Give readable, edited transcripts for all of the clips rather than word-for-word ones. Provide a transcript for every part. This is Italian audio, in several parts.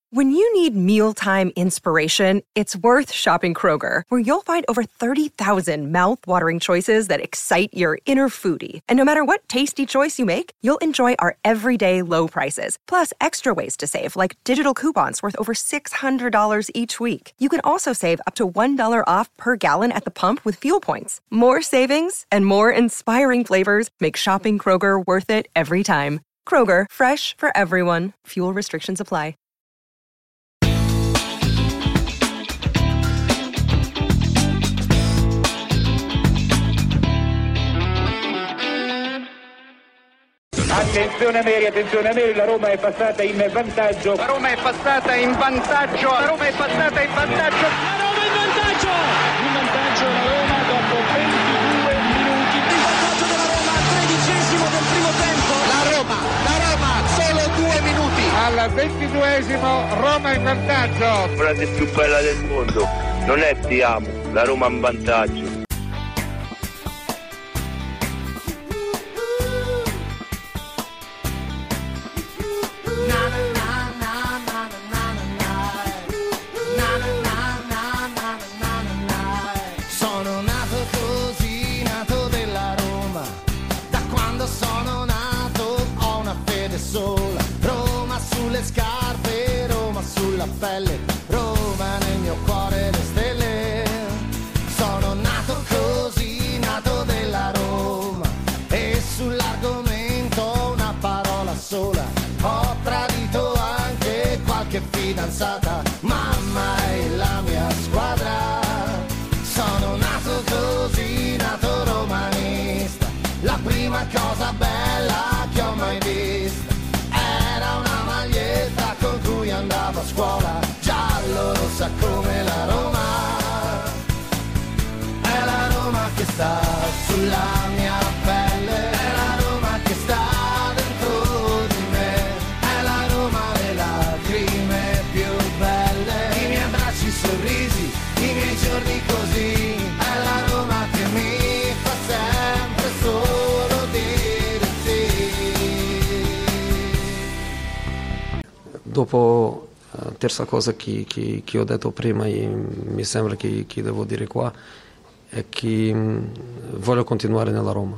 When you need mealtime inspiration, it's worth shopping Kroger, where you'll find over 30,000 mouth-watering choices that excite your inner foodie. And no matter what tasty choice you make, you'll enjoy our everyday low prices, plus extra ways to save, like digital coupons worth over $600 each week. You can also save up to $1 off per gallon at the pump with fuel points. More savings and more inspiring flavors make shopping Kroger worth it every time. Kroger, fresh for everyone. Fuel restrictions apply. Attenzione Ameri, la Roma è passata in vantaggio. La Roma è passata in vantaggio. La Roma è passata in vantaggio. La Roma in vantaggio! In vantaggio la Roma dopo 22 minuti. In vantaggio della Roma al 13° del primo tempo. La Roma, solo 2 minuti. Al 22esimo Roma in vantaggio. La frase più bella del mondo. Non è ti amo, la Roma in vantaggio. Pelle, Roma nel mio cuore le stelle. Sono nato così, nato della Roma, e sull'argomento una parola sola. Ho tradito anche qualche fidanzata, mamma è la mia squadra. Sono nato così, nato romanista. La prima cosa bella che ho mai vista era una maglietta con cui andavo a scuola, giallo rossa come la Roma. È la Roma che sta sulla mia pelle, è la Roma che sta dentro di me, è la Roma le lacrime più belle, i miei abbracci, i sorrisi, i miei giorni così, è la Roma che mi fa sempre solo dire sì. Dopo la terza cosa che ho detto prima, mi sembra che devo dire qua, è che voglio continuare nella Roma.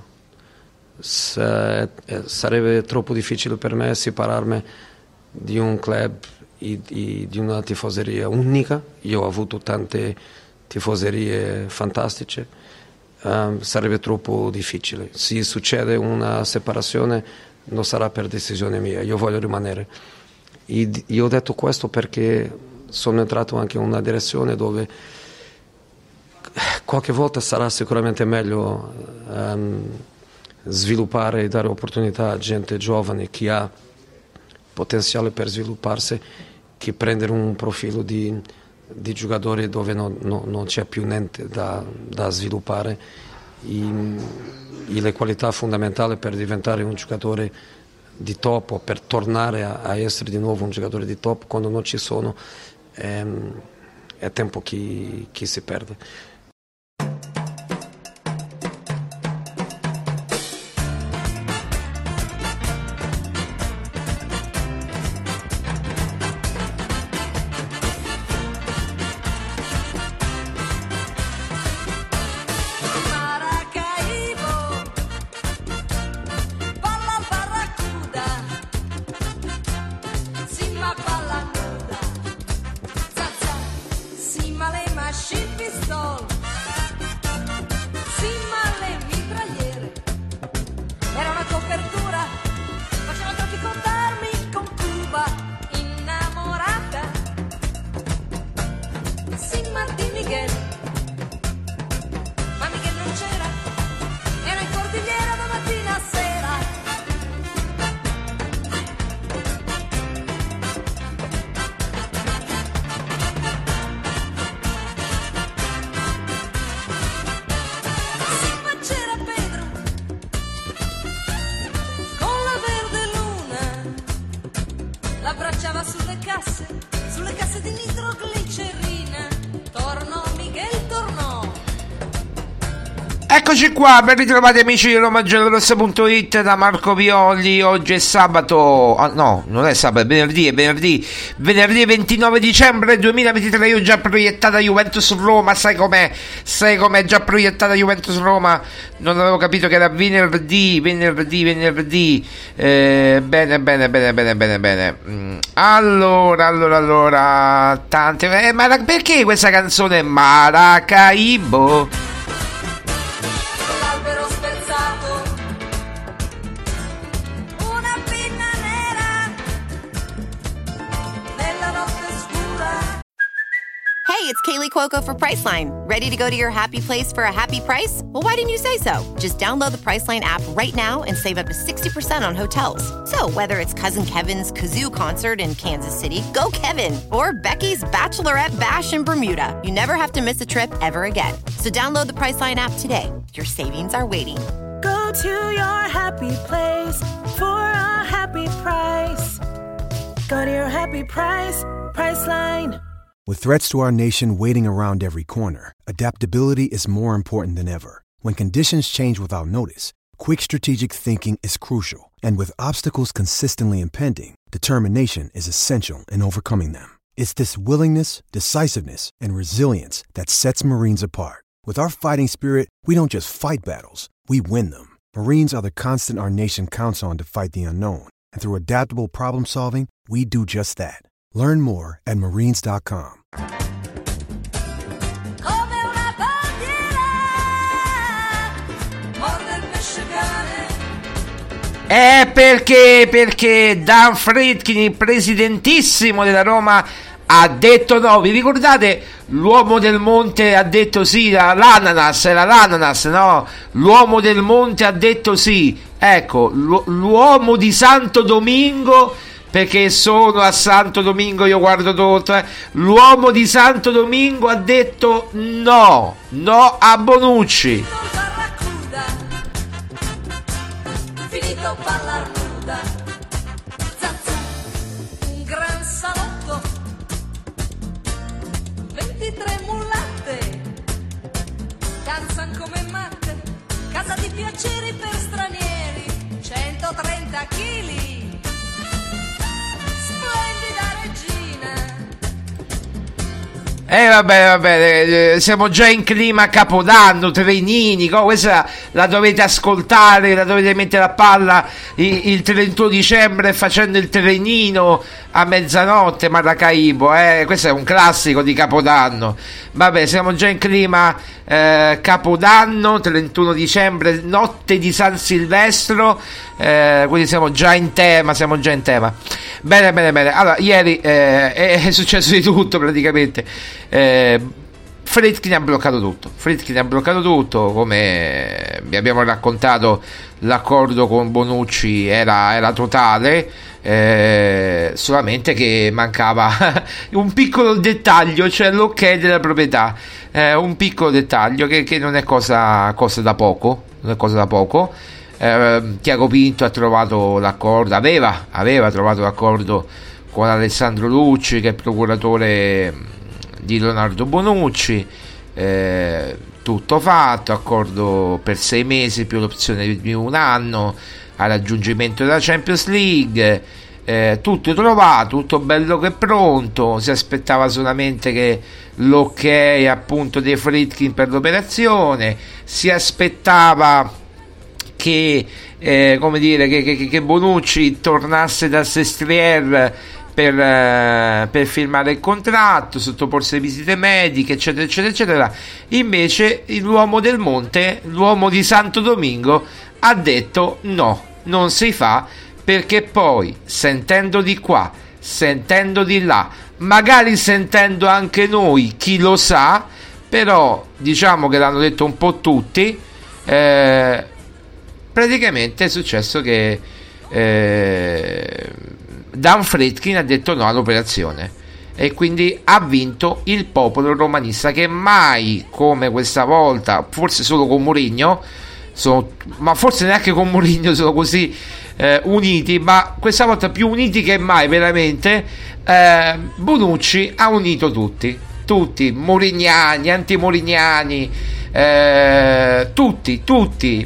Sarebbe troppo difficile per me separarmi di un club e di una tifoseria unica. Io ho avuto tante tifoserie fantastiche, sarebbe troppo difficile. Se succede una separazione non sarà per decisione mia, io voglio rimanere. Io ho detto questo perché sono entrato anche in una direzione dove qualche volta sarà sicuramente meglio sviluppare e dare opportunità a gente giovane che ha potenziale per svilupparsi, che prendere un profilo di giocatori dove non c'è più niente da sviluppare e le qualità fondamentali per diventare un giocatore di top o per tornare a essere di nuovo un giocatore di top, quando non ci sono è tempo che si perde. Sulle casse di nitroglicerina, tornò Miguel, tornò. Eccoci qua, ben ritrovati amici di RomaGiallorossa.it da Marco Violi. Oggi è sabato, no, non è sabato, è venerdì 29 dicembre 2023. Io ho già proiettata Juventus-Roma, sai com'è già proiettata Juventus-Roma? Non avevo capito che era venerdì. Bene. Allora, tante... ma perché questa canzone Maracaibo? Hey, it's Kaylee Cuoco for Priceline. Ready to go to your happy place for a happy price? Well, why didn't you say so? Just download the Priceline app right now and save up to 60% on hotels. So whether it's Cousin Kevin's Kazoo Concert in Kansas City, go Kevin, or Becky's Bachelorette Bash in Bermuda, you never have to miss a trip ever again. So download the Priceline app today. Your savings are waiting. Go to your happy place for a happy price. Go to your happy price, Priceline. With threats to our nation waiting around every corner, adaptability is more important than ever. When conditions change without notice, quick strategic thinking is crucial. And with obstacles consistently impending, determination is essential in overcoming them. It's this willingness, decisiveness, and resilience that sets Marines apart. With our fighting spirit, we don't just fight battles, we win them. Marines are the constant our nation counts on to fight the unknown. And through adaptable problem solving, we do just that. Learn more at marines.com. Perché Dan Friedkin, il presidentissimo della Roma, ha detto no. Vi ricordate? L'uomo del monte ha detto sì, era l'ananas, no? L'uomo del monte ha detto sì. Ecco, l'uomo di Santo Domingo, perché sono a Santo Domingo, io guardo tutto, L'uomo di Santo Domingo ha detto no a Bonucci. Finito parlar nuda, un gran salotto, 23 mulatte, danzan come matte, casa di piaceri per stranieri, 130 chili. Vabbè, siamo già in clima Capodanno, trenini, questa la dovete ascoltare, la dovete mettere a palla il 31 dicembre facendo il trenino a mezzanotte, Maracaibo, questo è un classico di Capodanno. Vabbè, siamo già in clima Capodanno, 31 dicembre, notte di San Silvestro, quindi siamo già in tema. Bene. Allora, ieri è successo di tutto praticamente. Friedkin ha bloccato tutto, come vi abbiamo raccontato. L'accordo con Bonucci era totale, solamente che mancava un piccolo dettaglio, cioè l'ok della proprietà, un piccolo dettaglio che non è cosa da poco. Tiago Pinto ha trovato l'accordo, aveva trovato l'accordo con Alessandro Lucci, che è procuratore di Leonardo Bonucci, tutto fatto, accordo per 6 mesi più l'opzione di un anno al raggiungimento della Champions League, tutto trovato, tutto bello che pronto. Si aspettava solamente che l'ok appunto dei Friedkin per l'operazione, si aspettava che che Bonucci tornasse da Sestriere per firmare il contratto, sottoporsi a visite mediche, eccetera. Invece l'uomo del monte, l'uomo di Santo Domingo, ha detto no, non si fa, perché poi sentendo di qua, sentendo di là, magari sentendo anche noi, chi lo sa, però diciamo che l'hanno detto un po' tutti, praticamente è successo che Dan Friedkin ha detto no all'operazione e quindi ha vinto il popolo romanista, che mai come questa volta, forse solo con Mourinho, ma forse neanche con Mourinho sono così uniti, ma questa volta più uniti che mai, veramente. Bonucci ha unito tutti, murignani, antimurignani, tutti,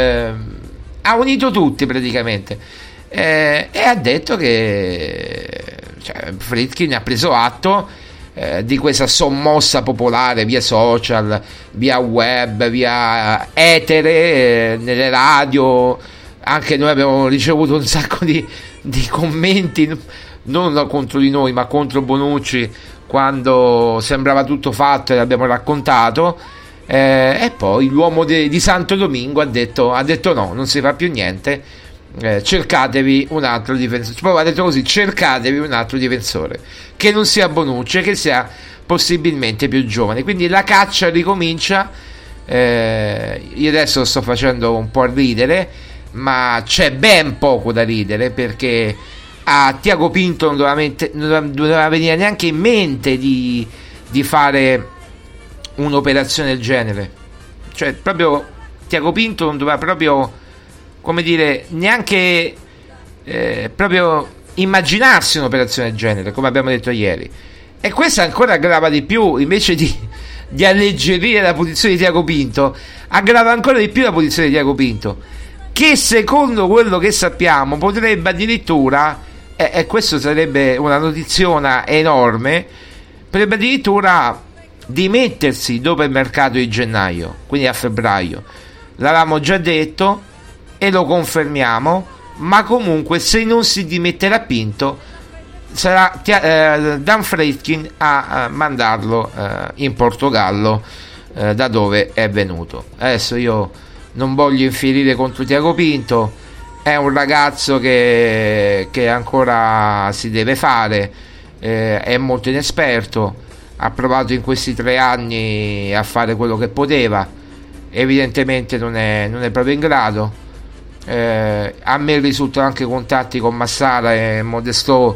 ha unito tutti praticamente, e ha detto che Friedkin ha preso atto di questa sommossa popolare via social, via web, via etere, nelle radio. Anche noi abbiamo ricevuto un sacco di commenti, non contro di noi ma contro Bonucci, quando sembrava tutto fatto e l'abbiamo raccontato, e poi l'uomo di Santo Domingo ha detto no, non si fa più niente, cercatevi un altro difensore. Poi ha detto così: cercatevi un altro difensore che non sia Bonucci e che sia possibilmente più giovane. Quindi la caccia ricomincia. Io adesso lo sto facendo un po' ridere, ma c'è ben poco da ridere, perché a Tiago Pinto non doveva venire neanche in mente di fare un'operazione del genere. Cioè, proprio Tiago Pinto non doveva proprio, come dire, neanche proprio immaginarsi un'operazione del genere, come abbiamo detto ieri. E questa ancora aggrava di più, invece di alleggerire la posizione di Tiago Pinto, aggrava ancora di più la posizione di Tiago Pinto, che secondo quello che sappiamo potrebbe addirittura, e questo sarebbe una notiziona enorme, potrebbe addirittura dimettersi dopo il mercato di gennaio, quindi a febbraio. L'avevamo già detto e lo confermiamo, ma comunque se non si dimetterà Pinto sarà Dan Friedkin a mandarlo in Portogallo, da dove è venuto. Adesso io non voglio infierire contro Tiago Pinto, è un ragazzo che ancora si deve fare, è molto inesperto, ha provato in questi 3 anni a fare quello che poteva, evidentemente non è proprio in grado. A me risultano anche contatti con Massara e Modestò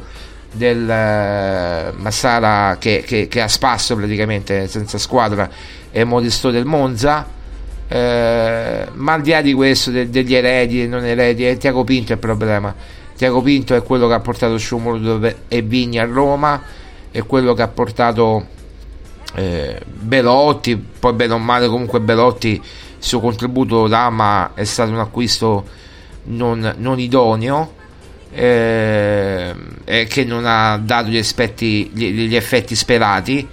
Massara che a spasso praticamente, senza squadra, e Modestò del Monza. Ma al di là di questo, degli eredi e non eredi, Tiago Pinto è il problema. Tiago Pinto è quello che ha portato Shomurodov e Vigna a Roma, è quello che ha portato Belotti. Poi bene o male comunque Belotti, il suo contributo d'Ama è stato un acquisto non idoneo, e che non ha dato gli effetti sperati,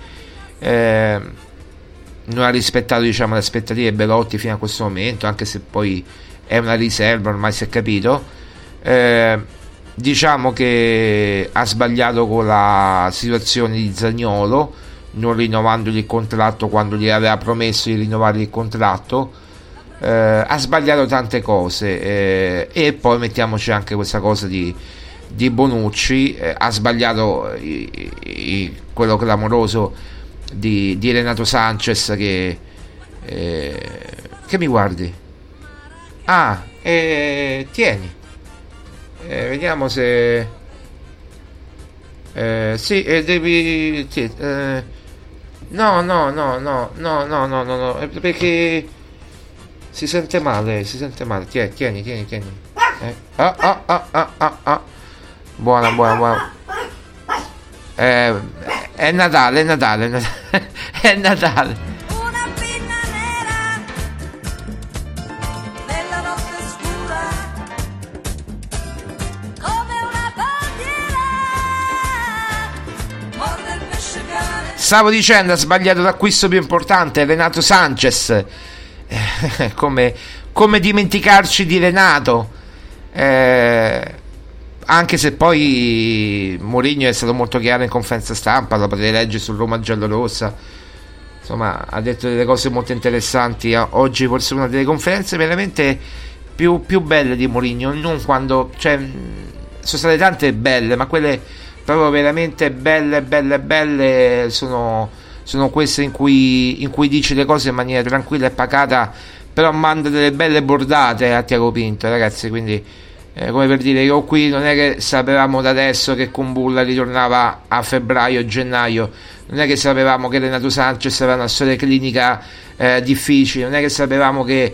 non ha rispettato, diciamo, le aspettative Belotti fino a questo momento, anche se poi è una riserva, ormai si è capito. Diciamo che ha sbagliato con la situazione di Zaniolo, non rinnovandogli il contratto quando gli aveva promesso di rinnovargli il contratto. Ha sbagliato tante cose, e poi mettiamoci anche questa cosa di Bonucci. Ha sbagliato quello clamoroso di Renato Sanchez, che mi guardi. Tieni, vediamo se sì, devi no, perché si sente male. Tieni. Buona. È Natale. È Natale. Una pinna nera nella notte scura, come una bandiera, morde il pesce cane. Stavo dicendo, ha sbagliato l'acquisto più importante, Renato Sanchez. Come dimenticarci di Renato, anche se poi Mourinho è stato molto chiaro in conferenza stampa, la potete leggere sul Roma giallorossa, insomma ha detto delle cose molto interessanti. Oggi forse una delle conferenze veramente più belle di Mourinho, non quando, cioè, sono state tante belle, ma quelle proprio veramente belle sono queste in cui dice le cose in maniera tranquilla e pacata, però manda delle belle bordate a Tiago Pinto, ragazzi. Quindi come per dire, io qui non è che sapevamo da adesso che Kumbulla ritornava a febbraio-gennaio, non è che sapevamo che Renato Sanchez aveva una storia clinica difficile, non è che sapevamo che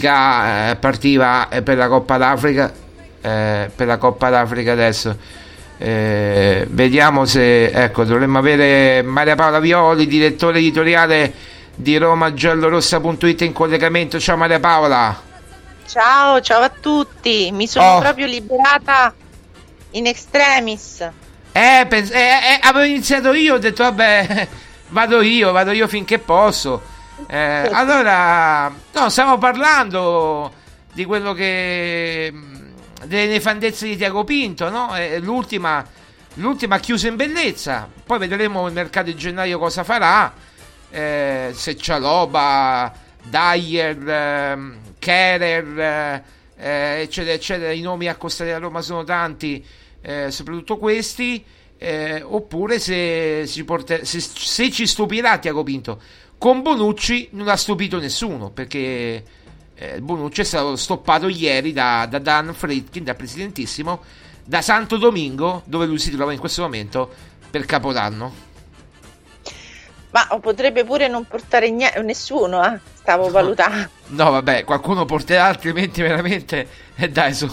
Ndicà partiva per la Coppa d'Africa adesso. Vediamo se, ecco, dovremmo avere Maria Paola Violi, direttore editoriale di romagiallorossa.it, in collegamento. Ciao Maria Paola. Ciao a tutti, mi sono proprio liberata in extremis. Avevo iniziato io, ho detto vabbè, vado io finché posso. Allora, no, stiamo parlando di quello che, delle nefandezze di Tiago Pinto, no? L'ultima ha chiuso in bellezza, poi vedremo il mercato di gennaio cosa farà, se Cialoba, Dyer, Kerer, eccetera eccetera. I nomi accostati a Roma sono tanti, soprattutto questi, oppure se ci stupirà Tiago Pinto. Con Bonucci non ha stupito nessuno, perché Bonucci è stato stoppato ieri da Dan Friedkin, da presidentissimo, da Santo Domingo, dove lui si trova in questo momento per Capodanno. Ma potrebbe pure non portare nessuno, stavo valutando. No, vabbè, qualcuno porterà, altrimenti veramente dai su.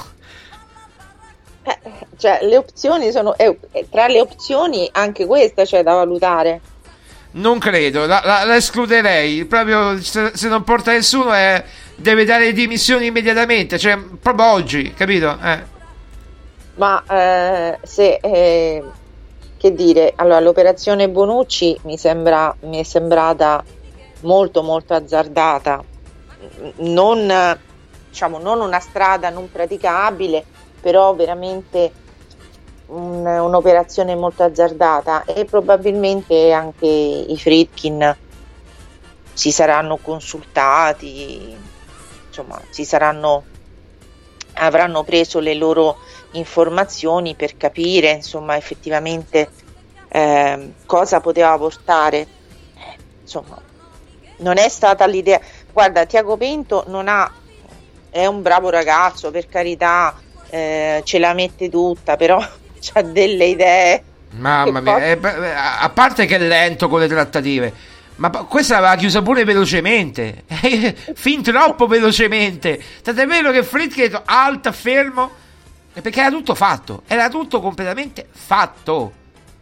Cioè, le opzioni sono, tra le opzioni anche questa c'è da valutare. Non credo, la escluderei. Proprio se non porta nessuno, deve dare le dimissioni immediatamente, cioè proprio oggi, capito? Ma che dire, allora l'operazione Bonucci mi è sembrata molto molto azzardata, non una strada non praticabile, però veramente un'operazione molto azzardata, e probabilmente anche i Friedkin si saranno consultati, insomma avranno preso le loro informazioni per capire, insomma, effettivamente cosa poteva portare. Insomma, non è stata l'idea. Guarda, Tiago Pinto è un bravo ragazzo, per carità, ce la mette tutta, però c'ha delle idee. Mamma mia, a parte che è lento con le trattative, ma questa l'aveva chiusa pure velocemente, fin troppo velocemente. Tanto è vero che Friedkin ha detto alta, fermo, perché era tutto fatto, era tutto completamente fatto.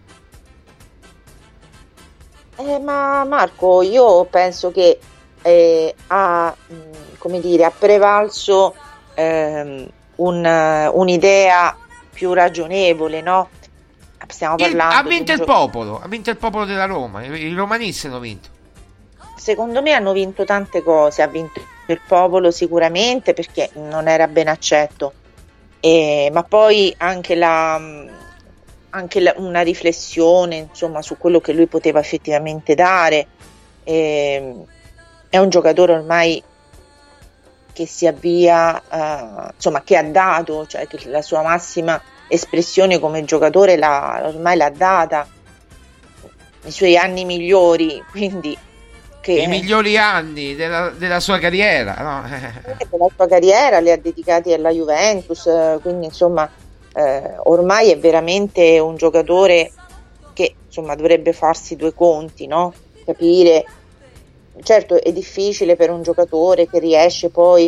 Ma Marco, io penso che ha prevalso un'idea più ragionevole, no? Stiamo parlando. Ha vinto il popolo della Roma, i romanisti hanno vinto. Secondo me hanno vinto tante cose, ha vinto il popolo sicuramente perché non era ben accetto, ma poi anche una riflessione, insomma, su quello che lui poteva effettivamente dare. È un giocatore ormai che si avvia, che ha dato, cioè che la sua massima espressione come giocatore ormai l'ha data, i suoi anni migliori, quindi i migliori anni della sua carriera, no? Della sua carriera li ha dedicati alla Juventus, quindi insomma ormai è veramente un giocatore che, insomma, dovrebbe farsi due conti, no? Capire, certo è difficile per un giocatore che riesce poi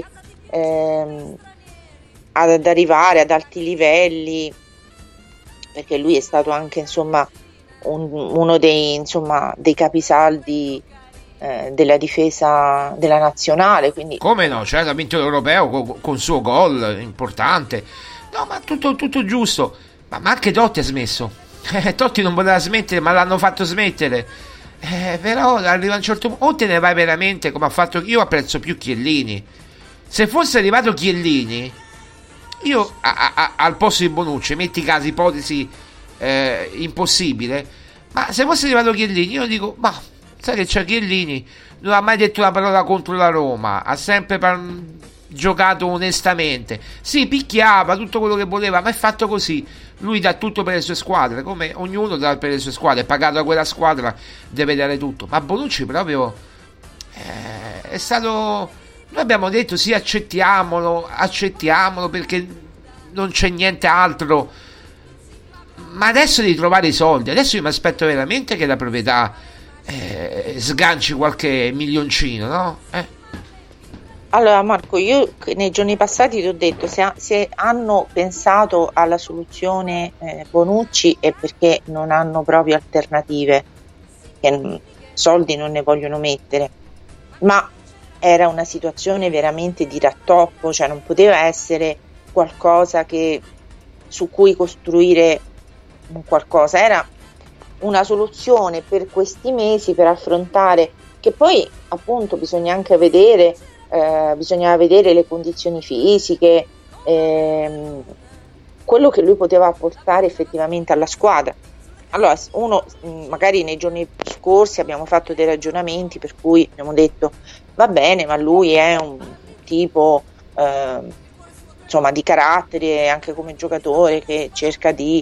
ad arrivare ad alti livelli, perché lui è stato anche, insomma, uno dei capisaldi della difesa della nazionale, quindi come no, cioè ha vinto l'Europeo con suo gol importante. No, ma tutto giusto, ma anche Totti ha smesso. Totti non voleva smettere, ma l'hanno fatto smettere. Però arriva a un certo punto, o te ne vai veramente, come ha fatto. Io apprezzo più Chiellini. Se fosse arrivato Chiellini, io al posto di Bonucci, metti caso, ipotesi impossibile, ma se fosse arrivato Chiellini, io dico, ma sai che c'è Chiellini, non ha mai detto una parola contro la Roma, ha sempre giocato onestamente, sì, picchiava tutto quello che voleva, ma è fatto così. Lui dà tutto per le sue squadre, come ognuno dà per le sue squadre, è pagato da quella squadra, deve dare tutto. Ma Bonucci proprio è stato, noi abbiamo detto sì, accettiamolo perché non c'è niente altro, ma adesso devi trovare i soldi. Adesso io mi aspetto veramente che la proprietà sganci qualche milioncino, no? Allora Marco, io nei giorni passati ti ho detto, se hanno pensato alla soluzione Bonucci è perché non hanno proprio alternative, che soldi non ne vogliono mettere, ma era una situazione veramente di rattoppo, cioè non poteva essere qualcosa su cui costruire un qualcosa, era una soluzione per questi mesi per affrontare, che poi appunto bisogna anche vedere, bisognava vedere le condizioni fisiche, quello che lui poteva apportare effettivamente alla squadra. Allora, magari nei giorni scorsi abbiamo fatto dei ragionamenti per cui abbiamo detto va bene, ma lui è un tipo insomma di carattere anche come giocatore che cerca di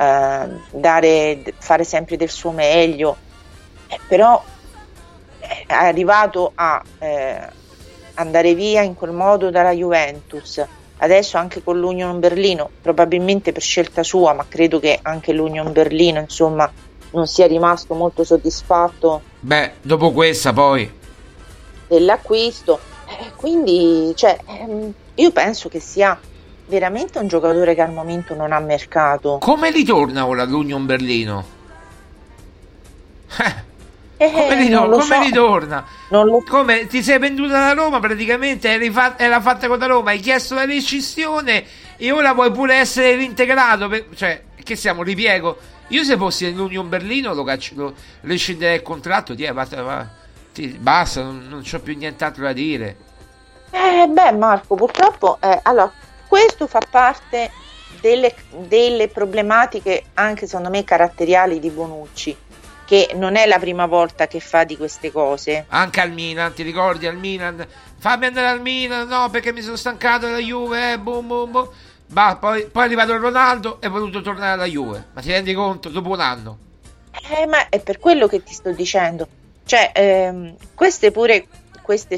fare sempre del suo meglio, però è arrivato a andare via in quel modo dalla Juventus, adesso anche con l'Union Berlino, probabilmente per scelta sua, ma credo che anche l'Union Berlino insomma non sia rimasto molto soddisfatto dopo questa poi dell'acquisto, quindi cioè, io penso che sia veramente un giocatore che al momento non ha mercato. Come ritorna ora l'Union Berlino? Come ritorna? Come ti sei venduta da Roma praticamente, era fatta con la Roma, hai chiesto la rescissione e ora vuoi pure essere reintegrato, cioè che siamo, ripiego? Io se fossi nell'Union Berlino lo rescinderei il contratto, basta, non c'ho più nient'altro da dire. Marco, purtroppo allora questo fa parte delle problematiche anche secondo me caratteriali di Bonucci, che non è la prima volta che fa di queste cose. Anche al Milan, ti ricordi al Milan? Fammi andare al Milan, no, perché mi sono stancato della Juve, boom boom boom. Poi è arrivato Ronaldo e è voluto tornare alla Juve. Ma ti rendi conto? Dopo un anno. Ma è per quello che ti sto dicendo. Cioè, questi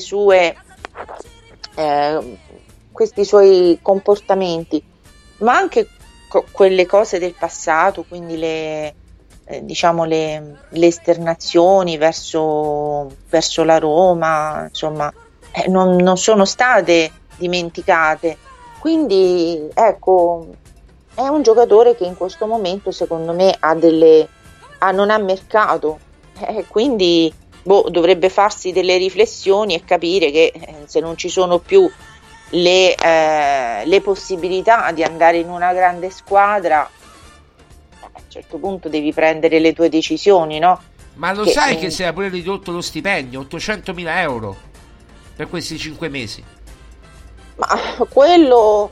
suoi comportamenti, ma anche quelle cose del passato, quindi le esternazioni verso la Roma, insomma, non sono state dimenticate. Quindi ecco, è un giocatore che in questo momento secondo me non ha mercato, quindi dovrebbe farsi delle riflessioni e capire che se non ci sono più le possibilità di andare in una grande squadra, a un certo punto devi prendere le tue decisioni, no? Ma sai che si era pure ridotto lo stipendio, 800.000 euro per questi 5 mesi? Ma quello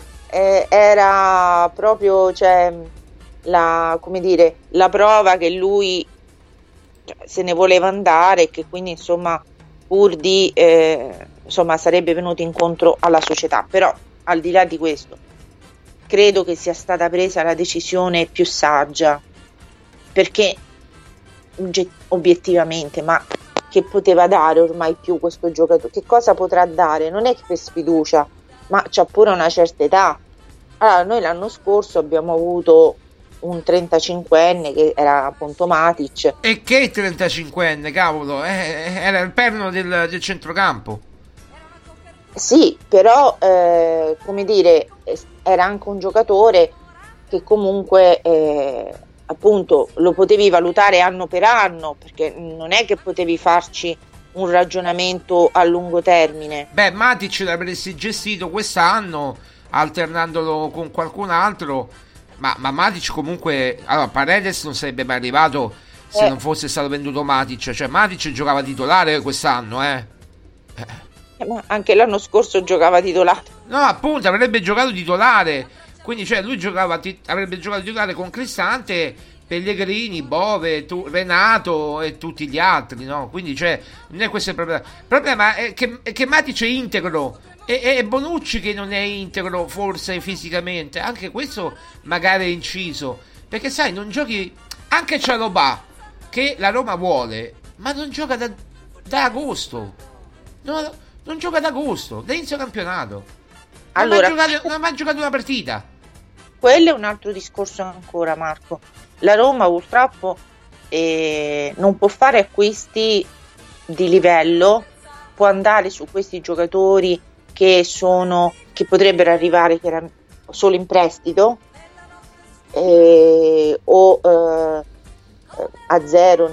era proprio, cioè, la prova che lui se ne voleva andare e che quindi insomma pur di sarebbe venuto incontro alla società. Però al di là di questo credo che sia stata presa la decisione più saggia, perché obiettivamente, ma che poteva dare ormai più questo giocatore? Che cosa potrà dare? Non è che per sfiducia, ma c'ha pure una certa età. Allora, noi l'anno scorso abbiamo avuto un 35enne che era appunto Matic. E che 35enne, cavolo, era il perno del centrocampo. Sì, però come dire, era anche un giocatore che comunque appunto lo potevi valutare anno per anno, perché non è che potevi farci un ragionamento a lungo termine. Matic l'avresti gestito quest'anno alternandolo con qualcun altro, ma Matic comunque, allora Paredes non sarebbe mai arrivato se non fosse stato venduto Matic, cioè Matic giocava titolare quest'anno, ma anche l'anno scorso giocava titolare. No, appunto, avrebbe giocato titolare, quindi cioè lui avrebbe giocato titolare con Cristante, Pellegrini, Bove, Renato e tutti gli altri, no? Quindi cioè non è questo il problema. Il problema è che Matic è integro e Bonucci che non è integro forse fisicamente, anche questo magari è inciso, perché sai, non giochi anche Cialobà che la Roma vuole, ma non gioca da agosto, non gioca da agosto, da inizio campionato, allora, non ha mai giocato una partita. Quello è un altro discorso ancora, Marco. La Roma purtroppo non può fare acquisti di livello, può andare su questi giocatori che potrebbero arrivare solo in prestito o a zero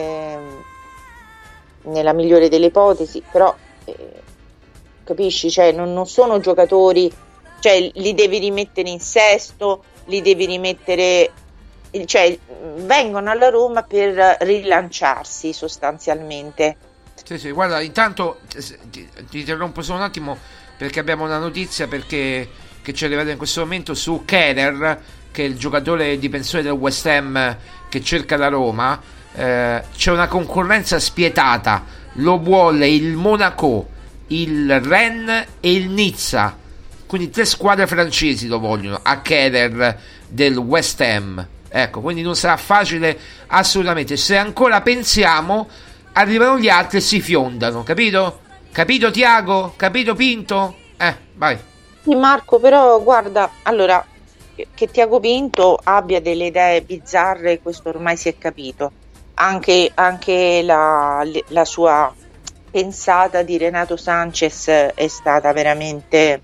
nella migliore delle ipotesi, però capisci, cioè non sono giocatori, cioè li devi rimettere in sesto, li devi rimettere, cioè vengono alla Roma per rilanciarsi sostanzialmente. Sì, guarda, intanto ti interrompo solo un attimo perché abbiamo una notizia che ci è arrivata in questo momento su Keller, che è il giocatore difensore del West Ham che cerca la Roma. C'è una concorrenza spietata, lo vuole il Monaco, il Rennes e il Nizza, quindi 3 squadre francesi lo vogliono a Keller del West Ham. Ecco, quindi non sarà facile assolutamente. Se ancora pensiamo, arrivano gli altri e si fiondano, capito? Capito Tiago? Capito Pinto? Vai. Sì, Marco, però guarda, allora, che Tiago Pinto abbia delle idee bizzarre, questo ormai si è capito. Anche la sua pensata di Renato Sanchez è stata veramente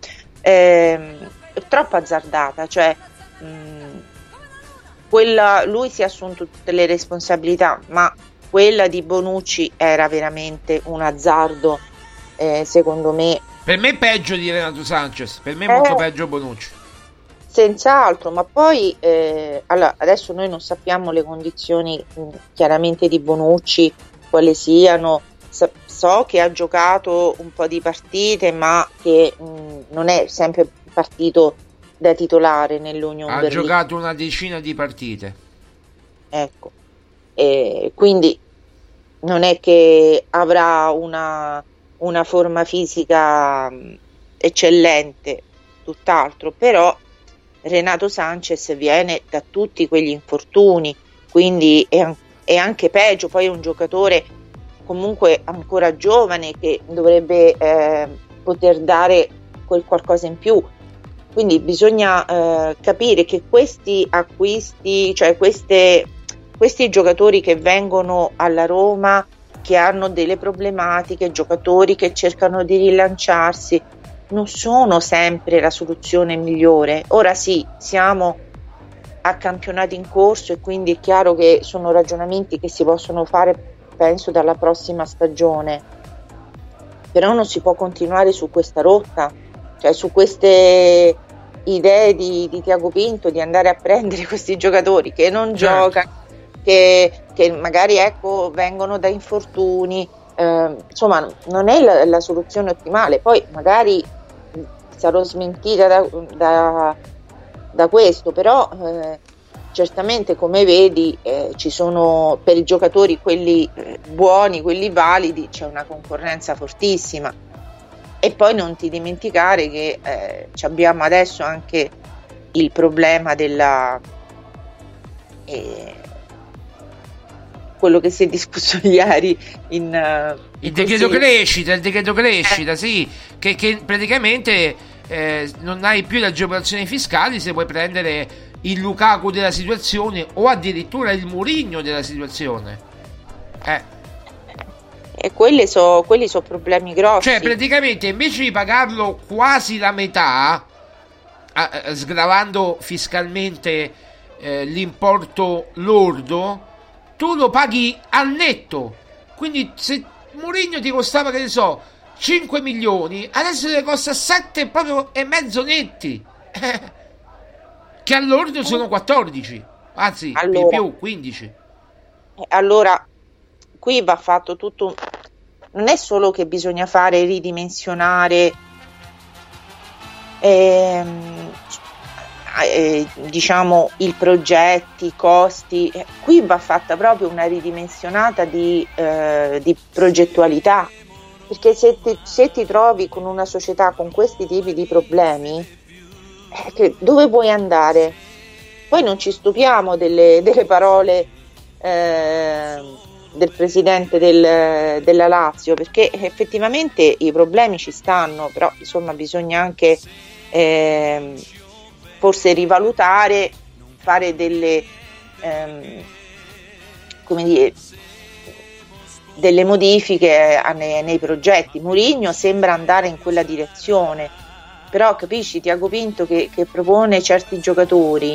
troppo azzardata, cioè lui si è assunto tutte le responsabilità, ma quella di Bonucci era veramente un azzardo, secondo me. Per me è peggio di Renato Sanchez, per me è molto peggio Bonucci. Senz'altro, ma poi allora, adesso noi non sappiamo le condizioni chiaramente di Bonucci, quali siano. So che ha giocato un po' di partite, ma che non è sempre partito da titolare nell'Union Berlin. Ha giocato una decina di partite. Ecco, quindi non è che avrà una forma fisica eccellente, tutt'altro, però Renato Sanchez viene da tutti quegli infortuni, quindi è anche peggio. Poi è un giocatore comunque ancora giovane che dovrebbe poter dare quel qualcosa in più, quindi bisogna capire che questi acquisti, cioè questi giocatori che vengono alla Roma, che hanno delle problematiche, giocatori che cercano di rilanciarsi, non sono sempre la soluzione migliore. Ora sì, siamo a campionati in corso e quindi è chiaro che sono ragionamenti che si possono fare, penso, dalla prossima stagione, però non si può continuare su questa rotta, cioè su queste idee di Tiago Pinto di andare a prendere questi giocatori che non giocano, che magari vengono da infortuni, insomma non è la soluzione ottimale. Poi magari sarò smentita da questo, però certamente, come vedi, ci sono, per i giocatori quelli buoni, quelli validi, c'è una concorrenza fortissima. E poi non ti dimenticare che abbiamo adesso anche il problema della quello che si è discusso ieri il decreto crescita, sì, che praticamente non hai più le agevolazioni fiscali se puoi prendere il Lukaku della situazione o addirittura il Mourinho della situazione. E quelli sono problemi grossi. Cioè praticamente invece di pagarlo quasi la metà, sgravando fiscalmente l'importo lordo, tu lo paghi al netto. Quindi se Mourinho ti costava, che ne so, 5 milioni, adesso ne costa 7 proprio e mezzo netti, che all'ordo sono 14, anzi allora, più 15. Allora qui va fatto tutto, non è solo che bisogna fare ridimensionare diciamo i progetti, i costi, qui va fatta proprio una ridimensionata di progettualità, perché se ti trovi con una società con questi tipi di problemi, dove vuoi andare? Poi non ci stupiamo delle parole del presidente della Lazio, perché effettivamente i problemi ci stanno, però insomma bisogna anche forse rivalutare, fare delle come dire, delle modifiche nei progetti. Mourinho sembra andare in quella direzione, però capisci, Tiago Pinto che propone certi giocatori.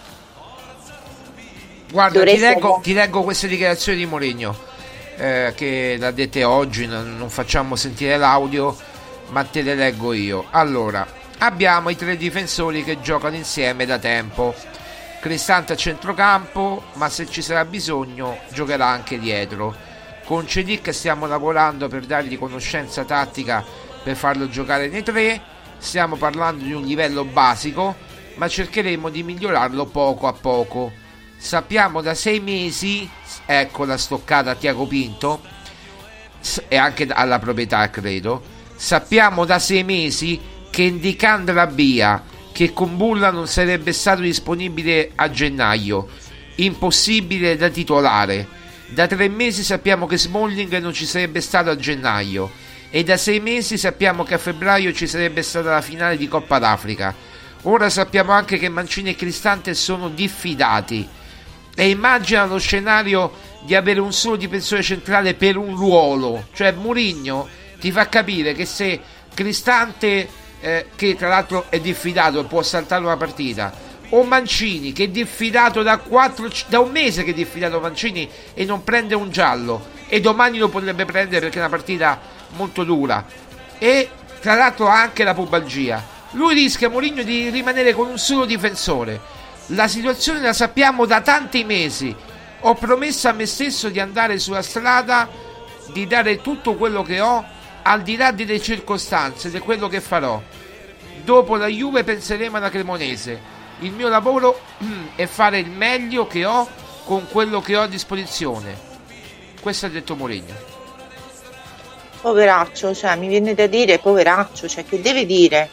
Guarda, ti leggo queste dichiarazioni di Mourinho, che l'ha dette oggi, non facciamo sentire l'audio, ma te le leggo io. Allora, abbiamo i 3 difensori che giocano insieme da tempo. Cristante a centrocampo, ma se ci sarà bisogno giocherà anche dietro. Con Cedic stiamo lavorando per dargli conoscenza tattica per farlo giocare nei 3. Stiamo parlando di un livello basico, ma cercheremo di migliorarlo poco a poco. Sappiamo da 6 mesi, ecco la stoccata a Tiago Pinto e anche alla proprietà, credo. Sappiamo da 6 mesi che Ndicandra Bia, che con Bulla non sarebbe stato disponibile a gennaio, impossibile da titolare. Da 3 mesi sappiamo che Smalling non ci sarebbe stato a gennaio, e da 6 mesi sappiamo che a febbraio ci sarebbe stata la finale di Coppa d'Africa. Ora sappiamo anche che Mancini e Cristante sono diffidati, e immagina lo scenario di avere un solo difensore centrale per un ruolo. Cioè Mourinho ti fa capire che se Cristante, che tra l'altro è diffidato e può saltare una partita, o Mancini che è diffidato da un mese, che è diffidato Mancini e non prende un giallo, e domani lo potrebbe prendere perché è una partita molto dura, e tra l'altro anche la pubalgia, lui rischia, Mourinho, di rimanere con un solo difensore. La situazione la sappiamo da tanti mesi. Ho promesso a me stesso di andare sulla strada, di dare tutto quello che ho, al di là delle circostanze, di quello che farò. Dopo la Juve penseremo alla Cremonese. Il mio lavoro è fare il meglio che ho con quello che ho a disposizione. Questo ha detto Mourinho. Poveraccio, cioè mi viene da dire poveraccio, cioè che deve dire?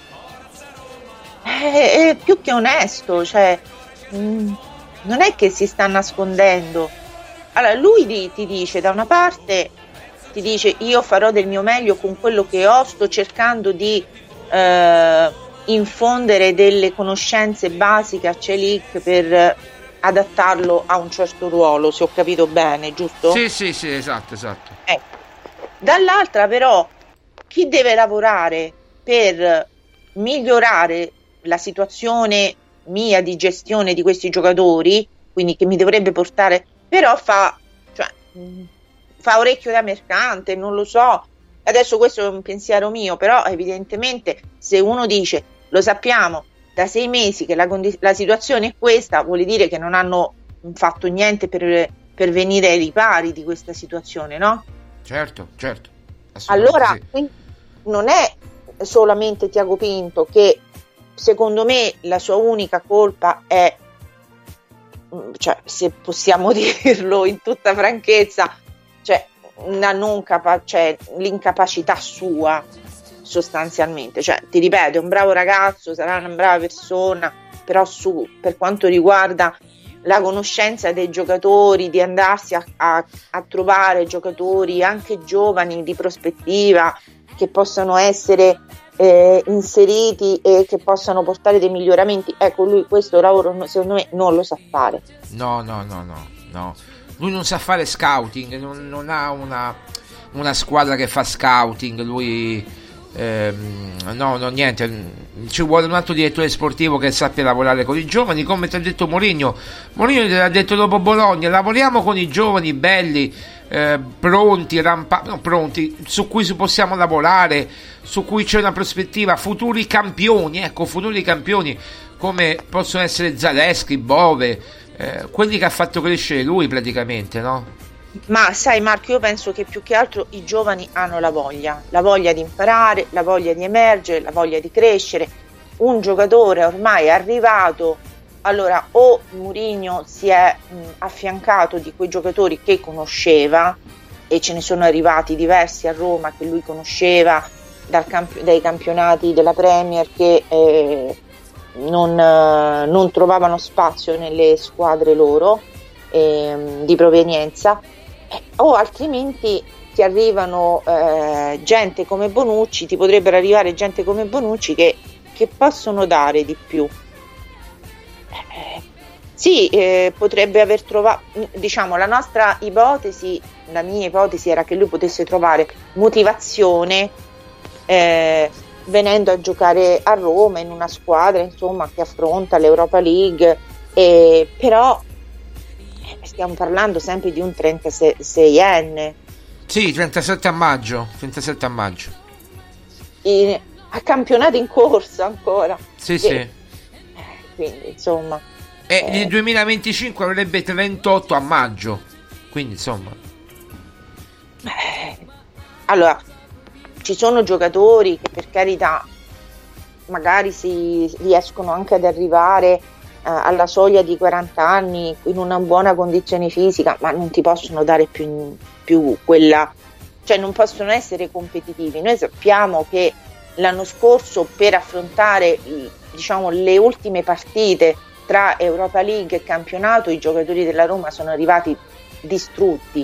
È più che onesto, cioè non è che si sta nascondendo. Allora lui ti dice, da una parte ti dice io farò del mio meglio con quello che ho, sto cercando di infondere delle conoscenze basiche a Celik per adattarlo a un certo ruolo, se ho capito bene, giusto? Sì, esatto. Dall'altra però chi deve lavorare per migliorare la situazione mia di gestione di questi giocatori, quindi che mi dovrebbe portare, però fa orecchio da mercante, non lo so. Adesso questo è un pensiero mio, però evidentemente se uno dice lo sappiamo da 6 mesi che la situazione è questa, vuol dire che non hanno fatto niente per venire ai ripari di questa situazione, no? Certo. Allora sì. Non è solamente Tiago Pinto, che secondo me la sua unica colpa è, cioè, se possiamo dirlo in tutta franchezza, cioè l'incapacità sua, sostanzialmente. Cioè, ti ripeto, è un bravo ragazzo, sarà una brava persona, però per quanto riguarda la conoscenza dei giocatori, di andarsi a trovare giocatori anche giovani di prospettiva che possano essere inseriti e che possano portare dei miglioramenti, ecco, lui questo lavoro secondo me non lo sa fare. No. Lui non sa fare scouting, non ha una squadra che fa scouting, lui niente, ci vuole un altro direttore sportivo che sappia lavorare con i giovani, come ti ha detto Mourinho te l'ha detto dopo Bologna, lavoriamo con i giovani belli, pronti, su cui possiamo lavorare, su cui c'è una prospettiva, futuri campioni come possono essere Zaleschi, Bove, quelli che ha fatto crescere lui praticamente, no? Ma sai Marco, io penso che più che altro i giovani hanno la voglia di imparare, la voglia di emergere, la voglia di crescere. Un giocatore ormai è arrivato, allora o Mourinho si è affiancato di quei giocatori che conosceva, e ce ne sono arrivati diversi a Roma che lui conosceva dai campionati della Premier, che non trovavano spazio nelle squadre loro di provenienza, o altrimenti ti arrivano gente come Bonucci, ti potrebbero arrivare gente come Bonucci che possono dare di più. Sì, potrebbe aver trovato, diciamo, la mia ipotesi era che lui potesse trovare motivazione venendo a giocare a Roma in una squadra, insomma, che affronta l'Europa League, però stiamo parlando sempre di un 36enne. Sì, 37 a maggio. A campionato in corsa ancora. Sì. Quindi, insomma. E nel 2025 avrebbe 38 a maggio. Quindi, insomma. Allora, ci sono giocatori che, per carità, magari si riescono anche ad arrivare alla soglia di 40 anni in una buona condizione fisica, ma non ti possono dare più quella, cioè non possono essere competitivi. Noi sappiamo che l'anno scorso, per affrontare, diciamo, le ultime partite tra Europa League e campionato, i giocatori della Roma sono arrivati distrutti,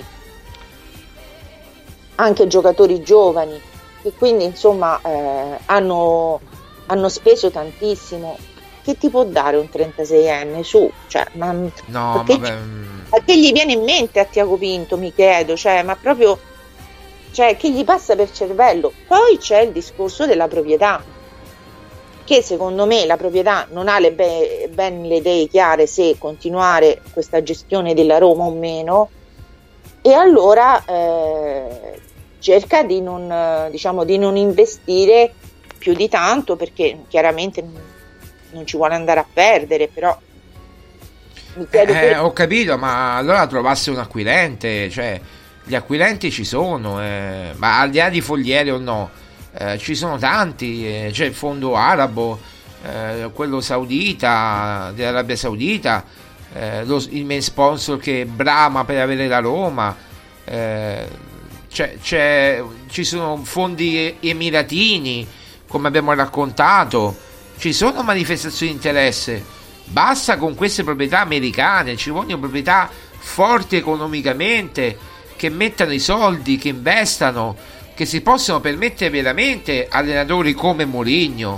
anche giocatori giovani, e quindi, insomma, hanno speso tantissimo. Che ti può dare un 36enne su? Cioè, no, perché gli viene in mente a Tiago Pinto, mi chiedo, cioè, ma proprio, cioè, che gli passa per cervello? Poi c'è il discorso della proprietà, che secondo me la proprietà non ha ben le idee chiare se continuare questa gestione della Roma o meno, e allora cerca di non investire più di tanto, perché chiaramente non ci vuole andare a perdere, però mi chiedo ho capito, ma allora trovasse un acquirente, cioè gli acquirenti ci sono, ma al di là di Fogliere o no, ci sono tanti, c'è il fondo arabo, quello saudita, dell'Arabia Saudita, il main sponsor che brama per avere la Roma, ci sono fondi emiratini, come abbiamo raccontato, ci sono manifestazioni di interesse. Basta con queste proprietà americane, ci vogliono proprietà forti economicamente, che mettano i soldi, che investano, che si possono permettere veramente allenatori come Mourinho.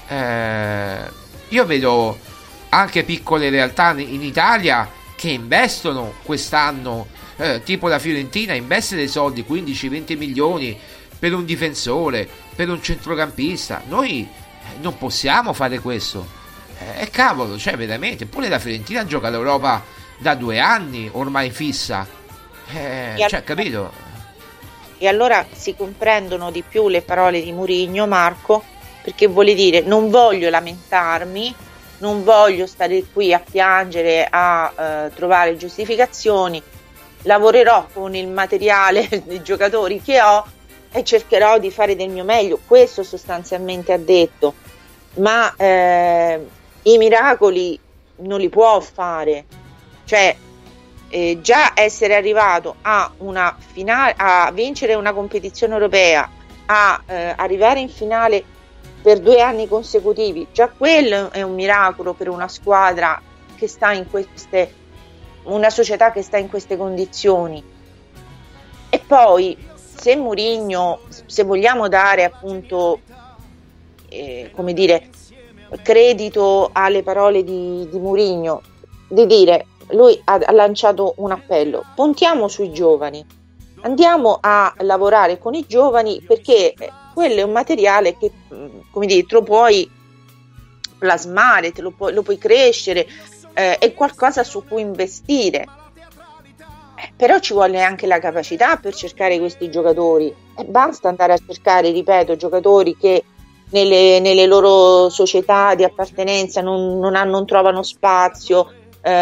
Io vedo anche piccole realtà in Italia che investono quest'anno, tipo la Fiorentina investe dei soldi, 15-20 milioni per un difensore, per un centrocampista. Noi non possiamo fare questo, cavolo, cioè veramente, pure la Fiorentina gioca all'Europa da 2 anni ormai fissa, cioè, capito? E allora si comprendono di più le parole di Mourinho, Marco, perché vuole dire: non voglio lamentarmi, non voglio stare qui a piangere, a trovare giustificazioni, lavorerò con il materiale dei giocatori che ho e cercherò di fare del mio meglio. Questo sostanzialmente ha detto, ma i miracoli non li può fare, cioè già essere arrivato a una finale, a vincere una competizione europea, a arrivare in finale per 2 anni consecutivi, già quello è un miracolo per una squadra che sta in una società che sta in queste condizioni. E poi, se Mourinho, se vogliamo dare appunto come dire, credito alle parole di Mourinho, di dire, lui ha lanciato un appello: puntiamo sui giovani, andiamo a lavorare con i giovani, perché quello è un materiale che, come dire, te lo puoi plasmare, lo puoi crescere, è qualcosa su cui investire. Però ci vuole anche la capacità per cercare questi giocatori, e basta andare a cercare, ripeto, giocatori che nelle loro società di appartenenza non trovano spazio,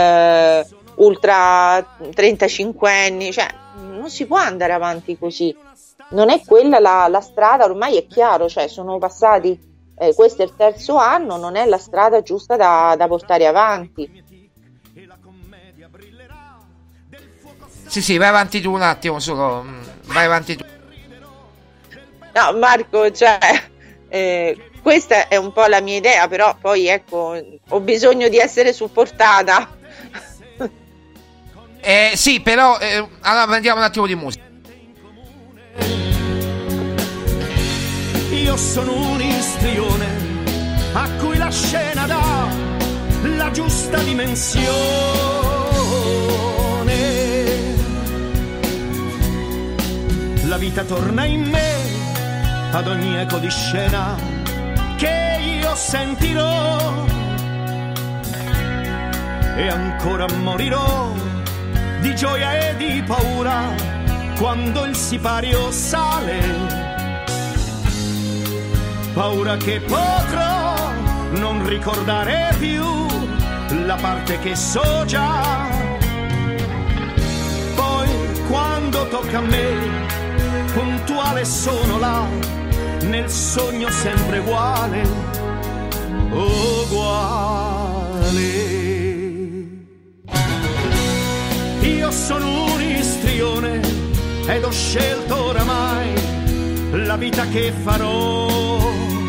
ultra 35 anni, cioè non si può andare avanti così, non è quella la strada, ormai è chiaro, cioè sono passati, questo è il 3° anno, non è la strada giusta da portare avanti. Sì, vai avanti tu un attimo solo, vai avanti tu. No, Marco, cioè questa è un po' la mia idea, però poi ecco, ho bisogno di essere supportata. Sì, però allora andiamo un attimo di musica. Io sono un istrione a cui la scena dà la nella giusta dimensione. La vita torna in me ad ogni eco di scena che io sentirò, e ancora morirò di gioia e di paura quando il sipario sale, paura che potrò non ricordare più la parte che so già. Poi quando tocca a me, puntuale sono là, nel sogno sempre uguale, uguale. Io sono un istrione ed ho scelto oramai la vita che farò.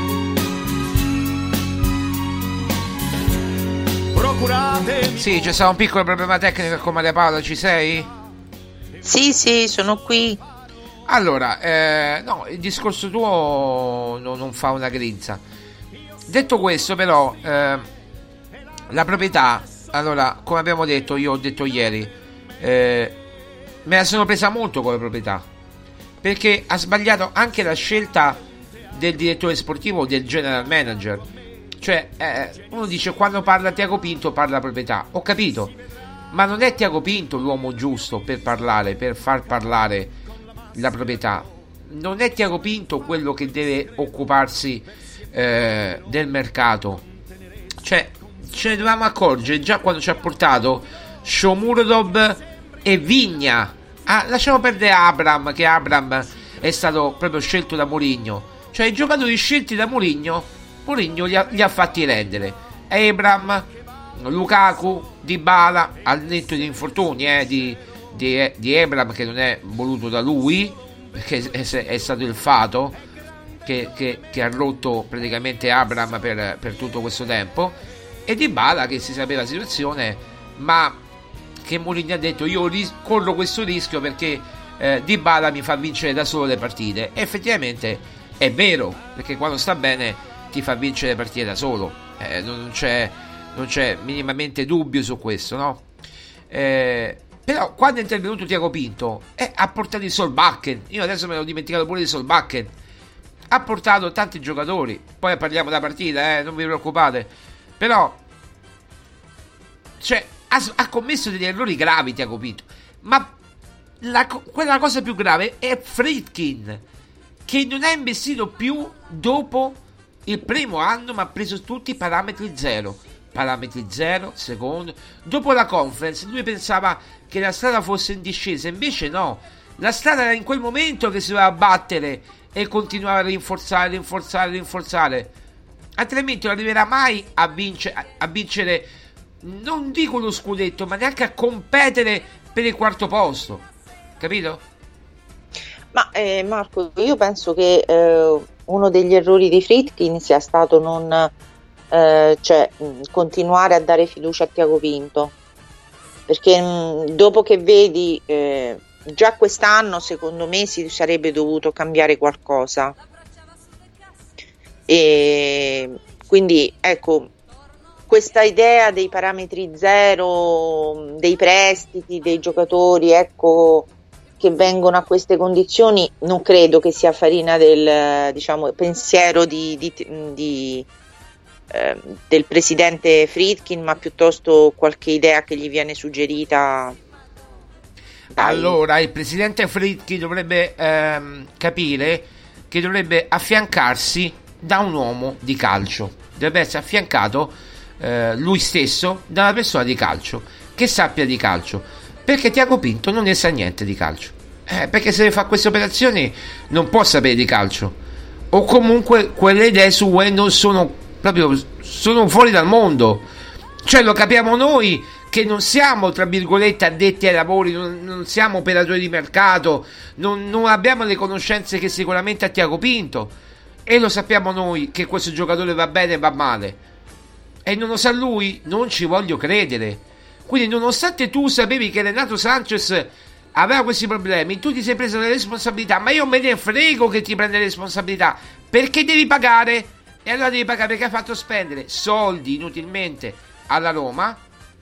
Procurate. Sì, c'è stato un piccolo problema tecnico con Maria Paola, ci sei? Sì, sono qui. Allora, no, il discorso tuo non fa una grinza. Detto questo, però, la proprietà, allora, come abbiamo detto, io ho detto ieri, me la sono presa molto con la proprietà, perché ha sbagliato anche la scelta del direttore sportivo, del general manager. Cioè, uno dice, quando parla Tiago Pinto parla proprietà, ho capito, ma non è Tiago Pinto l'uomo giusto per parlare, per far parlare la proprietà. Non è Tiago Pinto quello che deve occuparsi del mercato. Cioè, ce ne dovevamo accorgere già quando ci ha portato Shomurodov e Vigna. Lasciamo perdere Abram, che Abram è stato proprio scelto da Mourinho. Cioè, i giocatori scelti da Mourinho li ha fatti rendere. Abram, Lukaku, Dybala, al netto di infortuni di Abram, che non è voluto da lui, perché è stato il fato che ha rotto praticamente Abram per tutto questo tempo, e Dybala, che si sapeva la situazione, ma che Mourinho ha detto, io corro questo rischio perché Dybala mi fa vincere da solo le partite. E effettivamente è vero, perché quando sta bene ti fa vincere le partite da solo, non c'è minimamente dubbio su questo, no? Però quando è intervenuto Tiago Pinto ha portato il Solbakken. Io adesso me l'ho dimenticato pure di Solbakken. Ha portato tanti giocatori, poi parliamo della partita, non vi preoccupate. Però, cioè, ha commesso degli errori gravi Tiago Pinto, ma quella cosa più grave è Friedkin, che non ha investito più dopo il primo anno, ma ha preso tutti i parametri zero, secondo. Dopo la conference lui pensava che la strada fosse in discesa, invece no, la strada era in quel momento che si doveva battere e continuare a rinforzare, altrimenti non arriverà mai a vincere, non dico lo scudetto, ma neanche a competere per il quarto posto, capito? Ma Marco, io penso che uno degli errori di Friedkin sia stato non continuare a dare fiducia a Tiago Pinto, perché dopo che vedi già quest'anno, secondo me si sarebbe dovuto cambiare qualcosa, e quindi ecco, questa idea dei parametri zero, dei prestiti, dei giocatori, ecco, che vengono a queste condizioni, non credo che sia farina del, diciamo, pensiero del presidente Friedkin, ma piuttosto qualche idea che gli viene suggerita. Allora, il presidente Friedkin dovrebbe capire che dovrebbe affiancarsi da un uomo di calcio, dovrebbe essere affiancato lui stesso da una persona di calcio che sappia di calcio, perché Tiago Pinto non ne sa niente di calcio, perché se fa queste operazioni non può sapere di calcio, o comunque quelle idee sue non sono proprio, sono fuori dal mondo. Cioè, lo capiamo noi che non siamo, tra virgolette, addetti ai lavori, non siamo operatori di mercato, non abbiamo le conoscenze che sicuramente ha Tiago Pinto, e lo sappiamo noi che questo giocatore va bene e va male, e non lo sa lui, non ci voglio credere. Quindi, nonostante tu sapevi che Renato Sanchez aveva questi problemi, tu ti sei preso le responsabilità, ma io me ne frego che ti prende le responsabilità, perché devi pagare, e allora devi pagare perché hai fatto spendere soldi inutilmente alla Roma,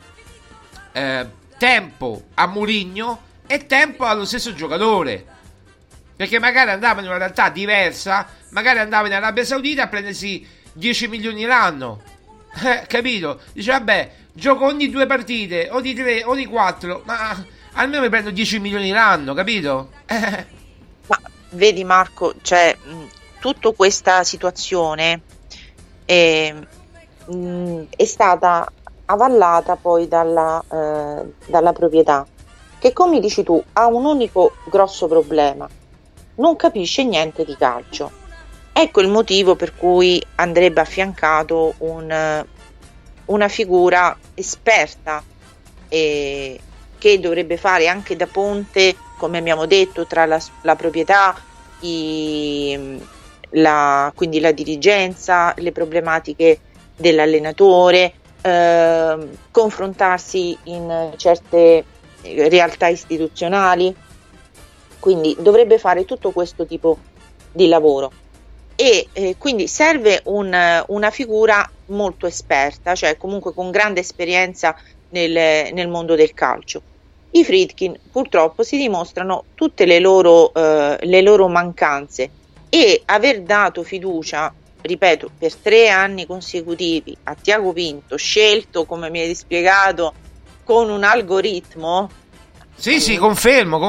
tempo a Mourinho e tempo allo stesso giocatore, perché magari andava in una realtà diversa, magari andava in Arabia Saudita a prendersi 10 milioni l'anno, capito? Dice vabbè, gioco ogni 2 partite o di 3 o di 4, ma almeno mi prendo 10 milioni l'anno, capito? Ma vedi Marco, cioè tutta questa situazione è stata avallata poi dalla proprietà, che come dici tu ha un unico grosso problema: non capisce niente di calcio. Ecco il motivo per cui andrebbe affiancato una figura esperta che dovrebbe fare anche da ponte, come abbiamo detto, tra la proprietà, quindi la dirigenza, le problematiche dell'allenatore, confrontarsi in certe realtà istituzionali. Quindi dovrebbe fare tutto questo tipo di lavoro e quindi serve una figura molto esperta, cioè comunque con grande esperienza nel mondo del calcio. I Friedkin purtroppo si dimostrano tutte le loro mancanze, e aver dato fiducia, ripeto, per 3 anni consecutivi a Tiago Pinto, scelto, come mi hai spiegato, con un algoritmo. Sì, confermo.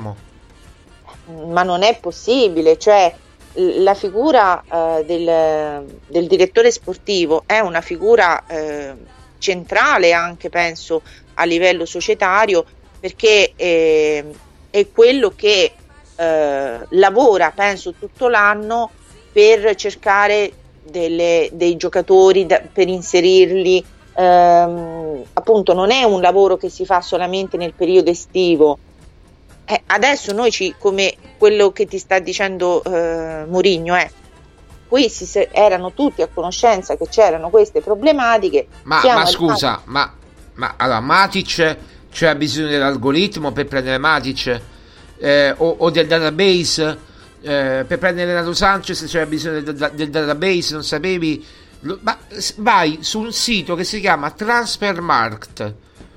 Ma non è possibile, cioè la figura del direttore sportivo è una figura centrale anche, penso, a livello societario, perché è quello che lavora, penso, tutto l'anno per cercare dei giocatori per inserirli. Appunto non è un lavoro che si fa solamente nel periodo estivo. Adesso noi come quello che ti sta dicendo Mourinho, qui erano tutti a conoscenza che c'erano queste problematiche. Ma scusa, ma allora Matic c'era bisogno dell'algoritmo per prendere Matic, o del database per prendere Renato Sanchez c'era bisogno del database, non sapevi? Ma vai su un sito che si chiama Transfermarkt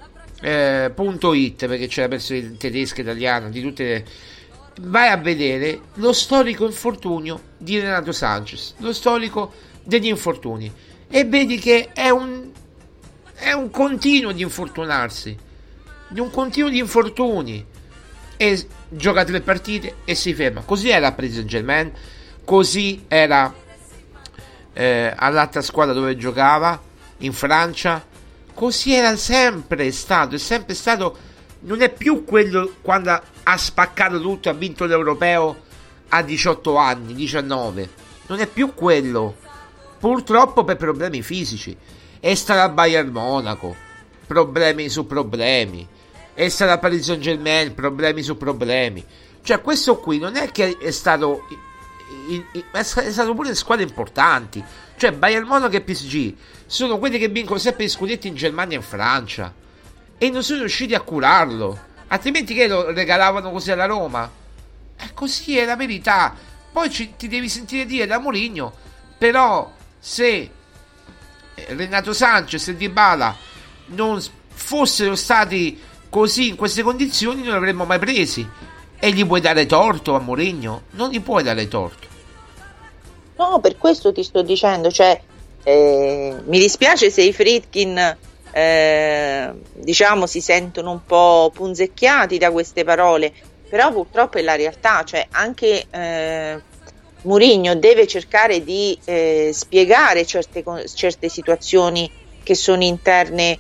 .it, perché c'è la versione tedesca, italiana, di tutte vai a vedere lo storico infortunio di Renato Sanchez, lo storico degli infortuni, e vedi che è un continuo di infortunarsi, di un continuo di infortuni, e gioca 3 partite e si ferma. Così era a Paris Saint-Germain, così era all'altra squadra dove giocava in Francia, così era sempre stato, non è più quello quando ha spaccato tutto, ha vinto l'Europeo a 18 anni, 19, non è più quello, purtroppo, per problemi fisici. È stato a Bayern Monaco, problemi su problemi, è stato a Paris Saint-Germain, problemi su problemi. Cioè questo qui non è che è stato è stato pure in squadre importanti, cioè Bayern Monaco e PSG sono quelli che vincono sempre gli scudetti in Germania e in Francia, e non sono riusciti a curarlo, altrimenti che lo regalavano così alla Roma? Così è la verità. Poi ti devi sentire dire da Mourinho, però se Renato Sanchez e Dybala non fossero stati così, in queste condizioni, non li avremmo mai presi. E gli puoi dare torto a Mourinho? Non gli puoi dare torto. No, per questo ti sto dicendo, cioè mi dispiace se i Friedkin diciamo si sentono un po' punzecchiati da queste parole, però purtroppo è la realtà, cioè anche Mourinho deve cercare di spiegare certe situazioni che sono interne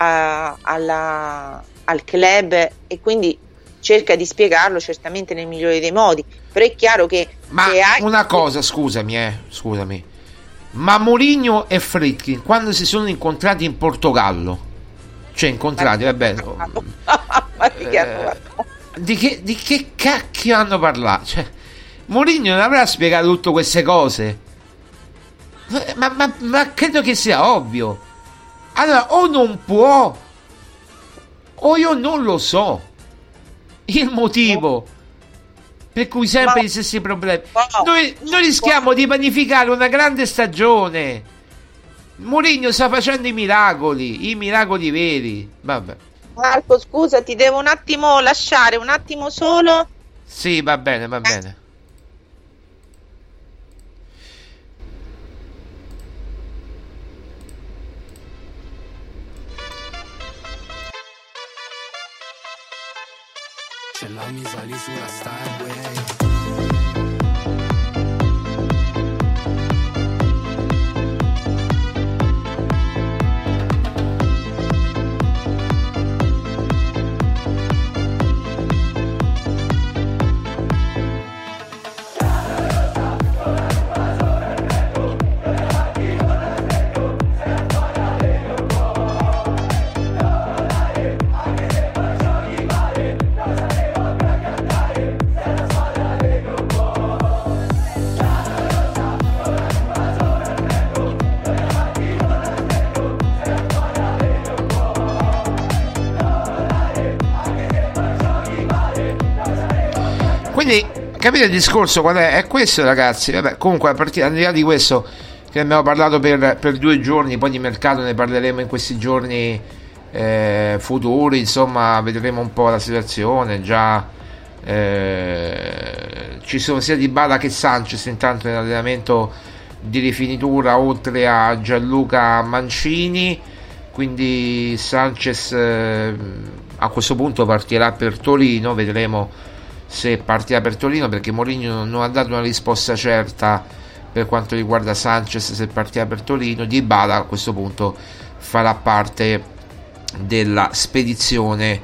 al club, e quindi cerca di spiegarlo certamente nel migliore dei modi, però è chiaro che una cosa, scusami, ma Mourinho e Friedkin quando si sono incontrati in Portogallo, cioè incontrati, di che cacchio hanno parlato? Cioè, Mourinho non avrà spiegato tutte queste cose, ma credo che sia ovvio. Allora, o non può, o io non lo so il motivo per cui sempre gli stessi problemi. Noi rischiamo di vanificare una grande stagione Mourinho sta facendo i miracoli veri. Vabbè. Marco, scusa, ti devo un attimo lasciare, un attimo solo. Sì, va bene, va bene. Ce l'ho misa lì sulla Starway. Quindi capite il discorso qual è? È questo, ragazzi. Vabbè, comunque, a partire al di là di questo, che abbiamo parlato per 2 giorni, poi di mercato ne parleremo in questi giorni futuri, insomma, vedremo un po' la situazione. Già ci sono sia Dybala che Sanchez intanto nell'allenamento di rifinitura, oltre a Gianluca Mancini. Quindi Sanchez a questo punto partirà per Torino, vedremo se partirà per Torino, perché Mourinho non ha dato una risposta certa per quanto riguarda Sanchez, se partirà per Torino. Dybala a questo punto farà parte della spedizione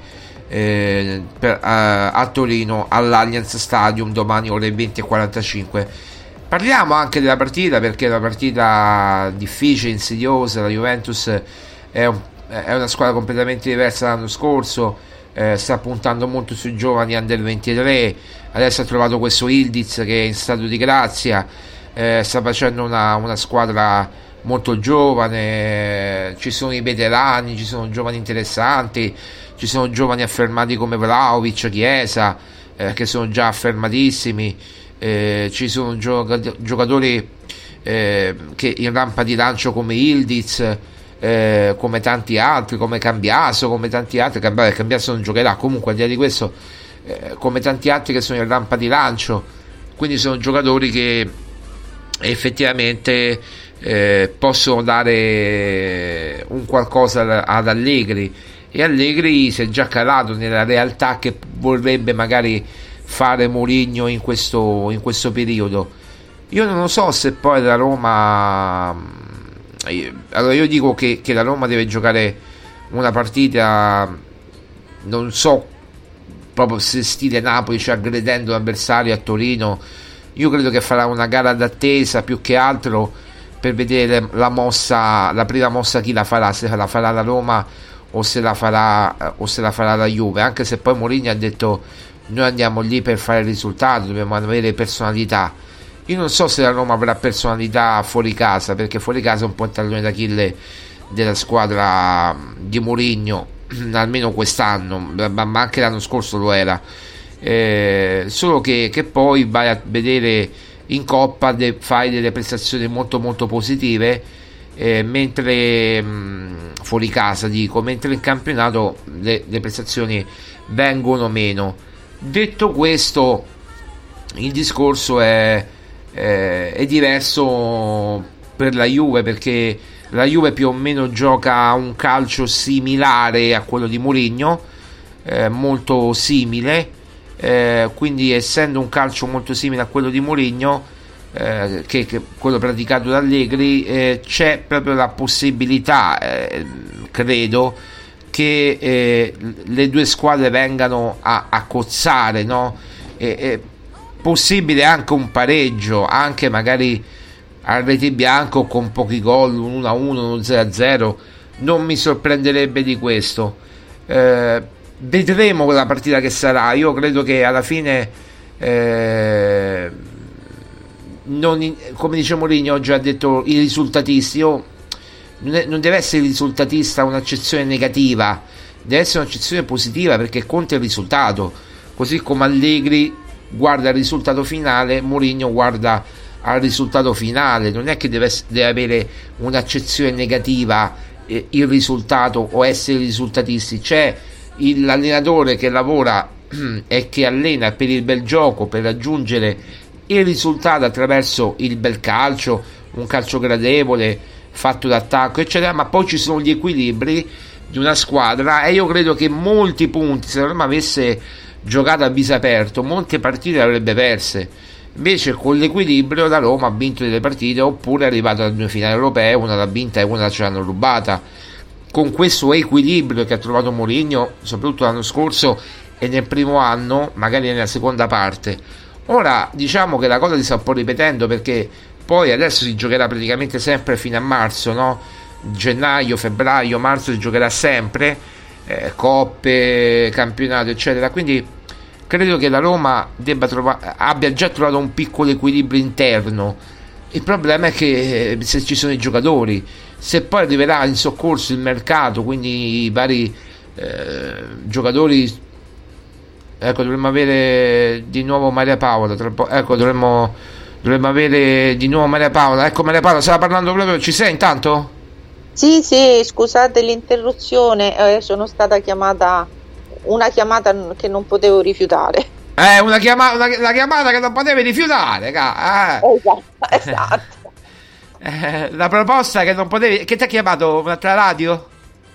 a Torino all'Allianz Stadium domani ore 20:45. Parliamo anche della partita, perché è una partita difficile, insidiosa. La Juventus è una squadra completamente diversa dall'anno scorso. Sta puntando molto sui giovani under 23. Adesso ha trovato questo Ildiz che è in stato di grazia. Sta facendo una squadra molto giovane. Ci sono i veterani, ci sono giovani interessanti, ci sono giovani affermati come Vlahovic, Chiesa, che sono già affermatissimi. Ci sono giocatori che in rampa di lancio come Ildiz, come tanti altri, come Cambiaso, come tanti altri. Cambiaso non giocherà, comunque al di là di questo, come tanti altri che sono in rampa di lancio. Quindi sono giocatori che effettivamente possono dare un qualcosa ad Allegri, e Allegri si è già calato nella realtà che vorrebbe magari fare Mourinho in questo periodo. Io non lo so se poi la Roma... Allora io dico che la Roma deve giocare una partita, non so proprio se stile Napoli, cioè aggredendo l'avversario a Torino. Io credo che farà una gara d'attesa più che altro per vedere la prima mossa chi la farà, se la farà la Roma o se la farà la Juve, anche se poi Mourinho ha detto noi andiamo lì per fare il risultato, dobbiamo avere personalità. Io non so se la Roma avrà personalità fuori casa, perché fuori casa è un po' il tallone d'Achille della squadra di Mourinho, almeno quest'anno, ma anche l'anno scorso lo era. Solo che poi vai a vedere in Coppa, fai delle prestazioni molto molto positive, mentre fuori casa dico, mentre in campionato le prestazioni vengono meno. Detto questo, il discorso è diverso per la Juve, perché la Juve più o meno gioca un calcio similare a quello di Mourinho, molto simile, quindi essendo un calcio molto simile a quello di Mourinho, che quello praticato da Allegri, c'è proprio la possibilità, credo, che le due squadre vengano a cozzare, no? Possibile anche un pareggio, anche magari a rete bianco con pochi gol, un 1-1, uno 0-0, non mi sorprenderebbe di questo. Vedremo la partita che sarà. Io credo che alla fine come dice Mourinho, oggi ha detto i risultatisti. Non deve essere il risultatista un'accezione negativa, deve essere un'accezione positiva, perché conta il risultato. Così come Allegri guarda il risultato finale, Mourinho guarda al risultato finale, non è che deve avere un'accezione negativa il risultato o essere risultatisti. C'è l'allenatore che lavora e che allena per il bel gioco, per raggiungere il risultato attraverso il bel calcio, un calcio gradevole fatto d'attacco eccetera, ma poi ci sono gli equilibri di una squadra, e io credo che molti punti, se la Roma avesse giocato a viso aperto, molte partite le avrebbe perse. Invece con l'equilibrio la Roma ha vinto delle partite, oppure è arrivato alle due finali europee, una l'ha vinta e una ce l'hanno rubata. Con questo equilibrio che ha trovato Mourinho soprattutto l'anno scorso e nel primo anno, magari nella seconda parte. Ora diciamo che la cosa si sta un po' ripetendo, perché poi adesso si giocherà praticamente sempre fino a marzo, no? Gennaio, febbraio, marzo si giocherà sempre, coppe, campionato eccetera, quindi credo che la Roma abbia già trovato un piccolo equilibrio interno. Il problema è che se ci sono i giocatori, se poi arriverà in soccorso il mercato, quindi i vari giocatori, ecco, dovremmo avere di nuovo Maria Paola, ecco, dovremmo avere di nuovo Maria Paola. Ecco, Maria Paola, stava parlando proprio, ci sei intanto? Sì, scusate l'interruzione, sono stata chiamata, una chiamata che non potevo rifiutare. Una chiamata che non potevi rifiutare, Esatto. La proposta che non potevi, che ti ha chiamato un'altra radio?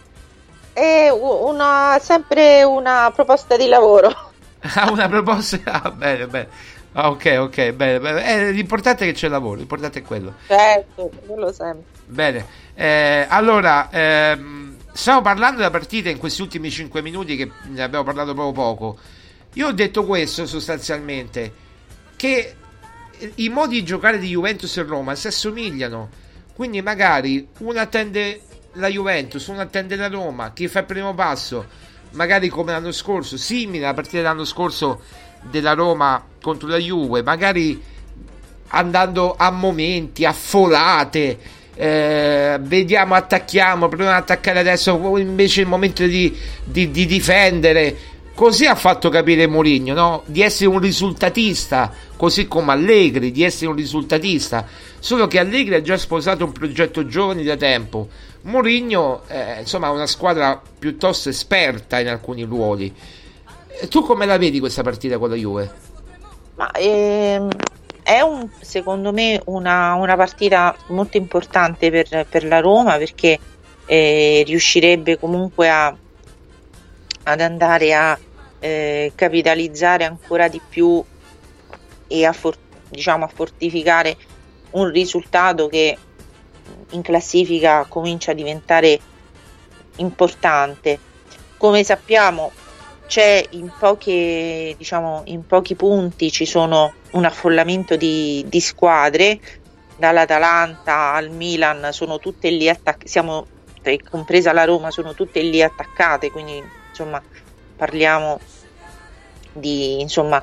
È sempre una proposta di lavoro. Una proposta, bene. Ok, bene. L'importante è che c'è lavoro, l'importante è quello. Certo, quello sempre. Bene. Allora, stiamo parlando della partita in questi ultimi 5 minuti, che ne abbiamo parlato proprio poco. Io ho detto questo sostanzialmente, che i modi di giocare di Juventus e Roma si assomigliano, quindi magari uno attende la Juventus, uno attende la Roma, chi fa il primo passo, magari come l'anno scorso, simile alla partita dell'anno scorso della Roma contro la Juve, magari andando a momenti, a folate, vediamo, attacchiamo, proviamo ad attaccare adesso, invece il momento di difendere. Così ha fatto capire Mourinho, no? Di essere un risultatista, così come Allegri, di essere un risultatista. Solo che Allegri ha già sposato un progetto giovane da tempo. Mourinho, insomma, ha una squadra piuttosto esperta in alcuni ruoli. Tu come la vedi questa partita con la Juve? Ma è secondo me una partita molto importante per la Roma, perché riuscirebbe comunque ad andare a capitalizzare ancora di più e a fortificare un risultato che in classifica comincia a diventare importante. Come sappiamo, c'è in pochi punti ci sono un affollamento di squadre, dall'Atalanta al Milan sono tutte lì compresa la Roma, sono tutte lì attaccate, quindi insomma parliamo di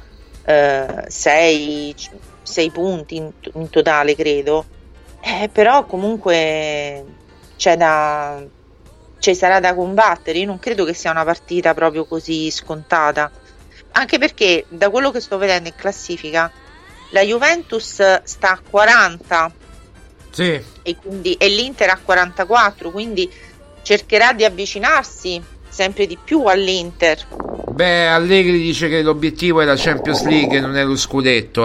6 punti in totale, credo, però comunque ci sarà da combattere. Io non credo che sia una partita proprio così scontata, anche perché da quello che sto vedendo in classifica la Juventus sta a 40, sì, e l'Inter a 44, quindi cercherà di avvicinarsi sempre di più all'Inter. Beh, Allegri dice che l'obiettivo è la Champions League, non è lo scudetto,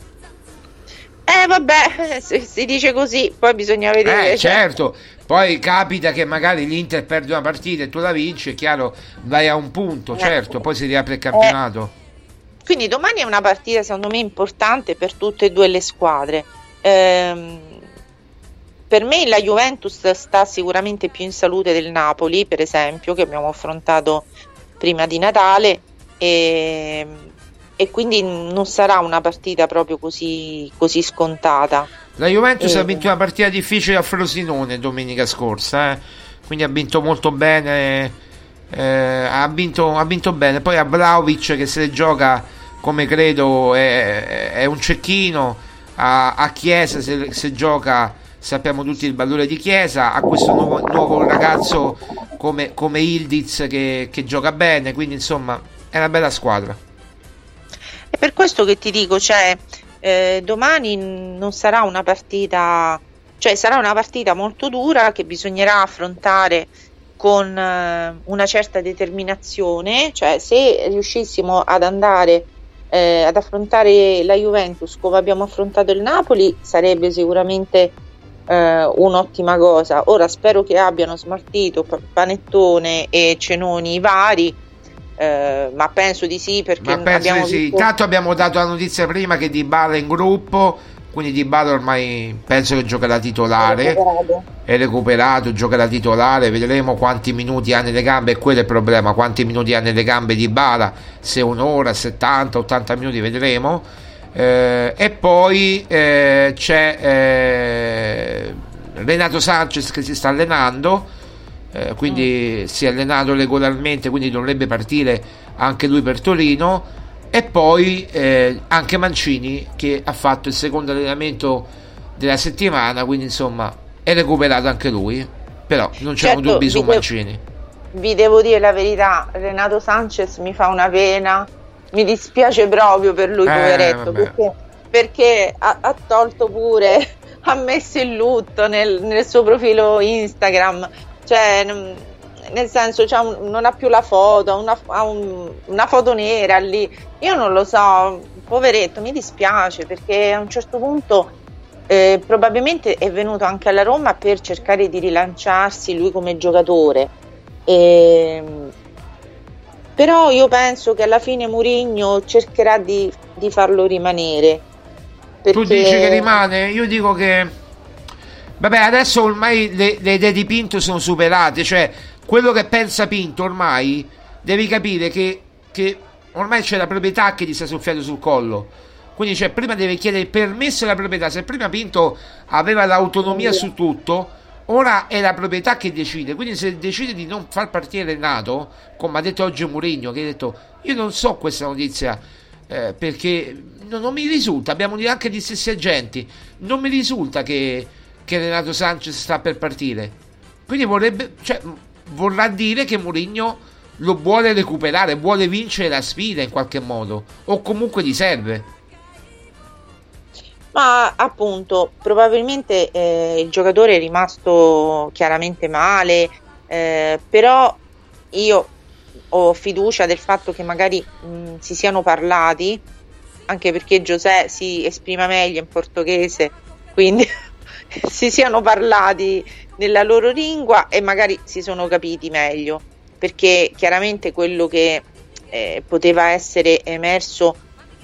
vabbè, si dice così, poi bisogna vedere. Certo, poi capita che magari l'Inter perde una partita e tu la vinci, è chiaro, vai a un punto, certo, poi si riapre il campionato. Quindi domani è una partita secondo me importante per tutte e due le squadre. Per me la Juventus sta sicuramente più in salute del Napoli, per esempio, che abbiamo affrontato prima di Natale, e quindi non sarà una partita proprio così scontata. La Juventus ha vinto una partita difficile a Frosinone domenica scorsa, quindi ha vinto molto bene, ha vinto bene. Poi a Vlahovic, che se ne gioca, come credo, è un cecchino, a Chiesa se gioca, sappiamo tutti il valore di Chiesa, a questo nuovo ragazzo come Ildiz che gioca bene, quindi insomma è una bella squadra. È per questo che ti dico, domani non sarà una partita, cioè sarà una partita molto dura che bisognerà affrontare con una certa determinazione, cioè se riuscissimo ad andare ad affrontare la Juventus come abbiamo affrontato il Napoli sarebbe sicuramente un'ottima cosa. Ora spero che abbiano smaltito panettone e cenoni vari, ma penso di sì, perché abbiamo sì. visto... Intanto abbiamo dato la notizia prima che Dybala è in gruppo, quindi Dybala ormai penso che giocherà titolare, è recuperato, giocherà titolare, vedremo quanti minuti ha nelle gambe, e quello è il problema, quanti minuti ha nelle gambe Dybala, se un'ora, 70, 80 minuti, vedremo. E poi c'è Renato Sanchez che si sta allenando, quindi si è allenato regolarmente, quindi dovrebbe partire anche lui per Torino. E poi anche Mancini che ha fatto il secondo allenamento della settimana, quindi insomma è recuperato anche lui, però non c'erano dubbi su Mancini. Vi devo dire la verità, Renato Sanchez mi fa una pena, mi dispiace proprio per lui, poveretto, perché ha tolto pure, ha messo il lutto nel suo profilo Instagram, cioè nel senso non ha più la foto, ha una foto nera lì, io non lo so, poveretto, mi dispiace, perché a un certo punto probabilmente è venuto anche alla Roma per cercare di rilanciarsi lui come giocatore, però io penso che alla fine Mourinho cercherà di farlo rimanere, perché... Tu dici che rimane? Io dico che vabbè, adesso ormai le idee di Pinto sono superate, cioè quello che pensa Pinto ormai devi capire che ormai c'è la proprietà che gli sta soffiando sul collo, quindi cioè prima deve chiedere il permesso alla proprietà. Se prima Pinto aveva l'autonomia su tutto, ora è la proprietà che decide, quindi se decide di non far partire Renato, come ha detto oggi Mourinho, che ha detto io non so questa notizia, perché non mi risulta, abbiamo anche gli stessi agenti, non mi risulta che Renato Sanchez sta per partire, quindi vorrà dire che Mourinho lo vuole recuperare, vuole vincere la sfida in qualche modo, o comunque gli serve. Ma appunto probabilmente il giocatore è rimasto chiaramente male, però io ho fiducia del fatto che magari si siano parlati, anche perché José si esprime meglio in portoghese, quindi si siano parlati nella loro lingua e magari si sono capiti meglio, perché chiaramente quello che poteva essere emerso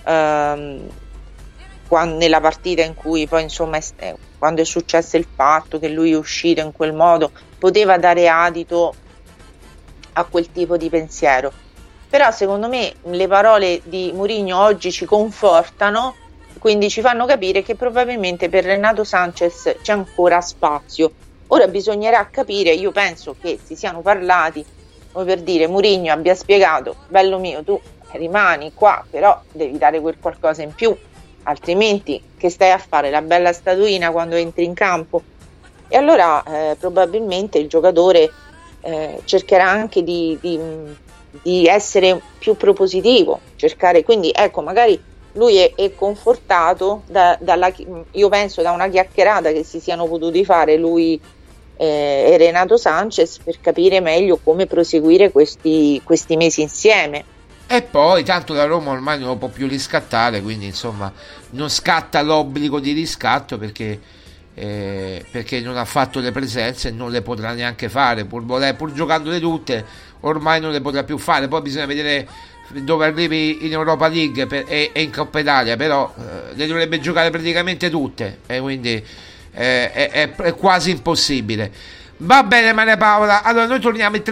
nella partita in cui poi insomma quando è successo il fatto che lui è uscito in quel modo poteva dare adito a quel tipo di pensiero, però secondo me le parole di Mourinho oggi ci confortano, quindi ci fanno capire che probabilmente per Renato Sanchez c'è ancora spazio. Ora bisognerà capire, io penso che si siano parlati come per dire Mourinho abbia spiegato, bello mio, tu rimani qua, però devi dare quel qualcosa in più, altrimenti che stai a fare la bella statuina quando entri in campo? E allora probabilmente il giocatore cercherà anche di essere più propositivo, cercare, quindi ecco, magari lui è confortato io penso da una chiacchierata che si siano potuti fare lui e Renato Sanchez per capire meglio come proseguire questi mesi insieme. E poi tanto la Roma ormai non lo può più riscattare, quindi insomma non scatta l'obbligo di riscatto perché non ha fatto le presenze e non le potrà neanche fare, pur giocandole tutte ormai non le potrà più fare. Poi bisogna vedere dove arrivi in Europa League e in Coppa Italia, però le dovrebbe giocare praticamente tutte e quindi è quasi impossibile. Va bene Maria Paola, allora noi torniamo il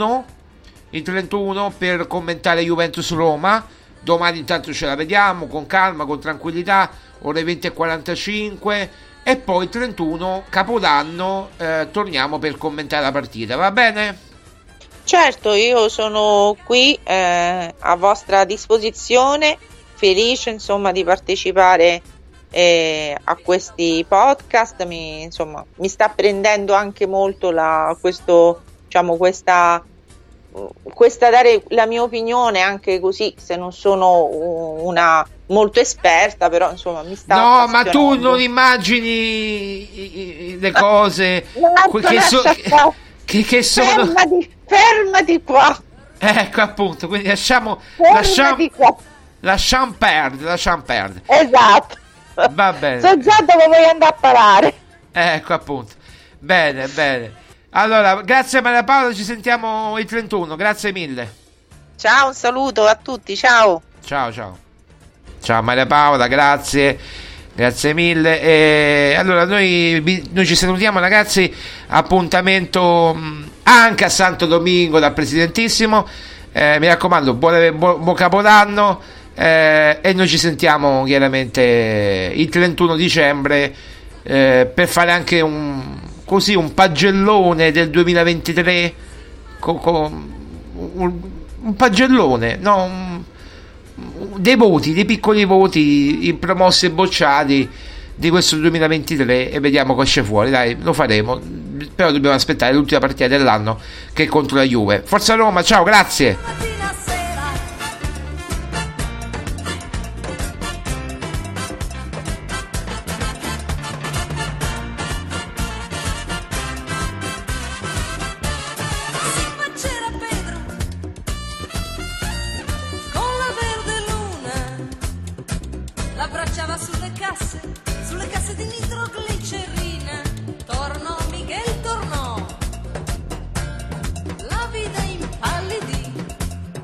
31 per commentare Juventus Roma. Domani intanto ce la vediamo con calma, con tranquillità, ore 20:45, e poi il 31 Capodanno torniamo per commentare la partita, va bene? Certo, io sono qui a vostra disposizione, felice insomma di partecipare a questi podcast. Mi sta prendendo anche molto questa dare la mia opinione, anche così, se non sono molto esperta, però insomma mi sta No, ma tu appassionando. non immagini le cose Marco, che sono. Fermati qua. Ecco, appunto, quindi lasciamo perdere. Esatto. Va bene. So già dove vuoi andare a parare. Ecco, appunto. Bene. Allora, grazie Maria Paola, ci sentiamo il 31, grazie mille. Ciao, un saluto a tutti, ciao. Ciao Maria Paola, grazie mille. E allora noi ci salutiamo, ragazzi. Appuntamento anche a Santo Domingo dal Presidentissimo. Mi raccomando, buon Capodanno. E noi ci sentiamo chiaramente il 31 dicembre per fare anche un pagellone del 2023 un pagellone, no? Dei voti, dei piccoli voti promossi e bocciati di questo 2023 e vediamo cosa c'è fuori. Dai, lo faremo, però dobbiamo aspettare l'ultima partita dell'anno che è contro la Juve. Forza Roma, ciao, grazie. L'abbracciava sulle casse di nitroglicere.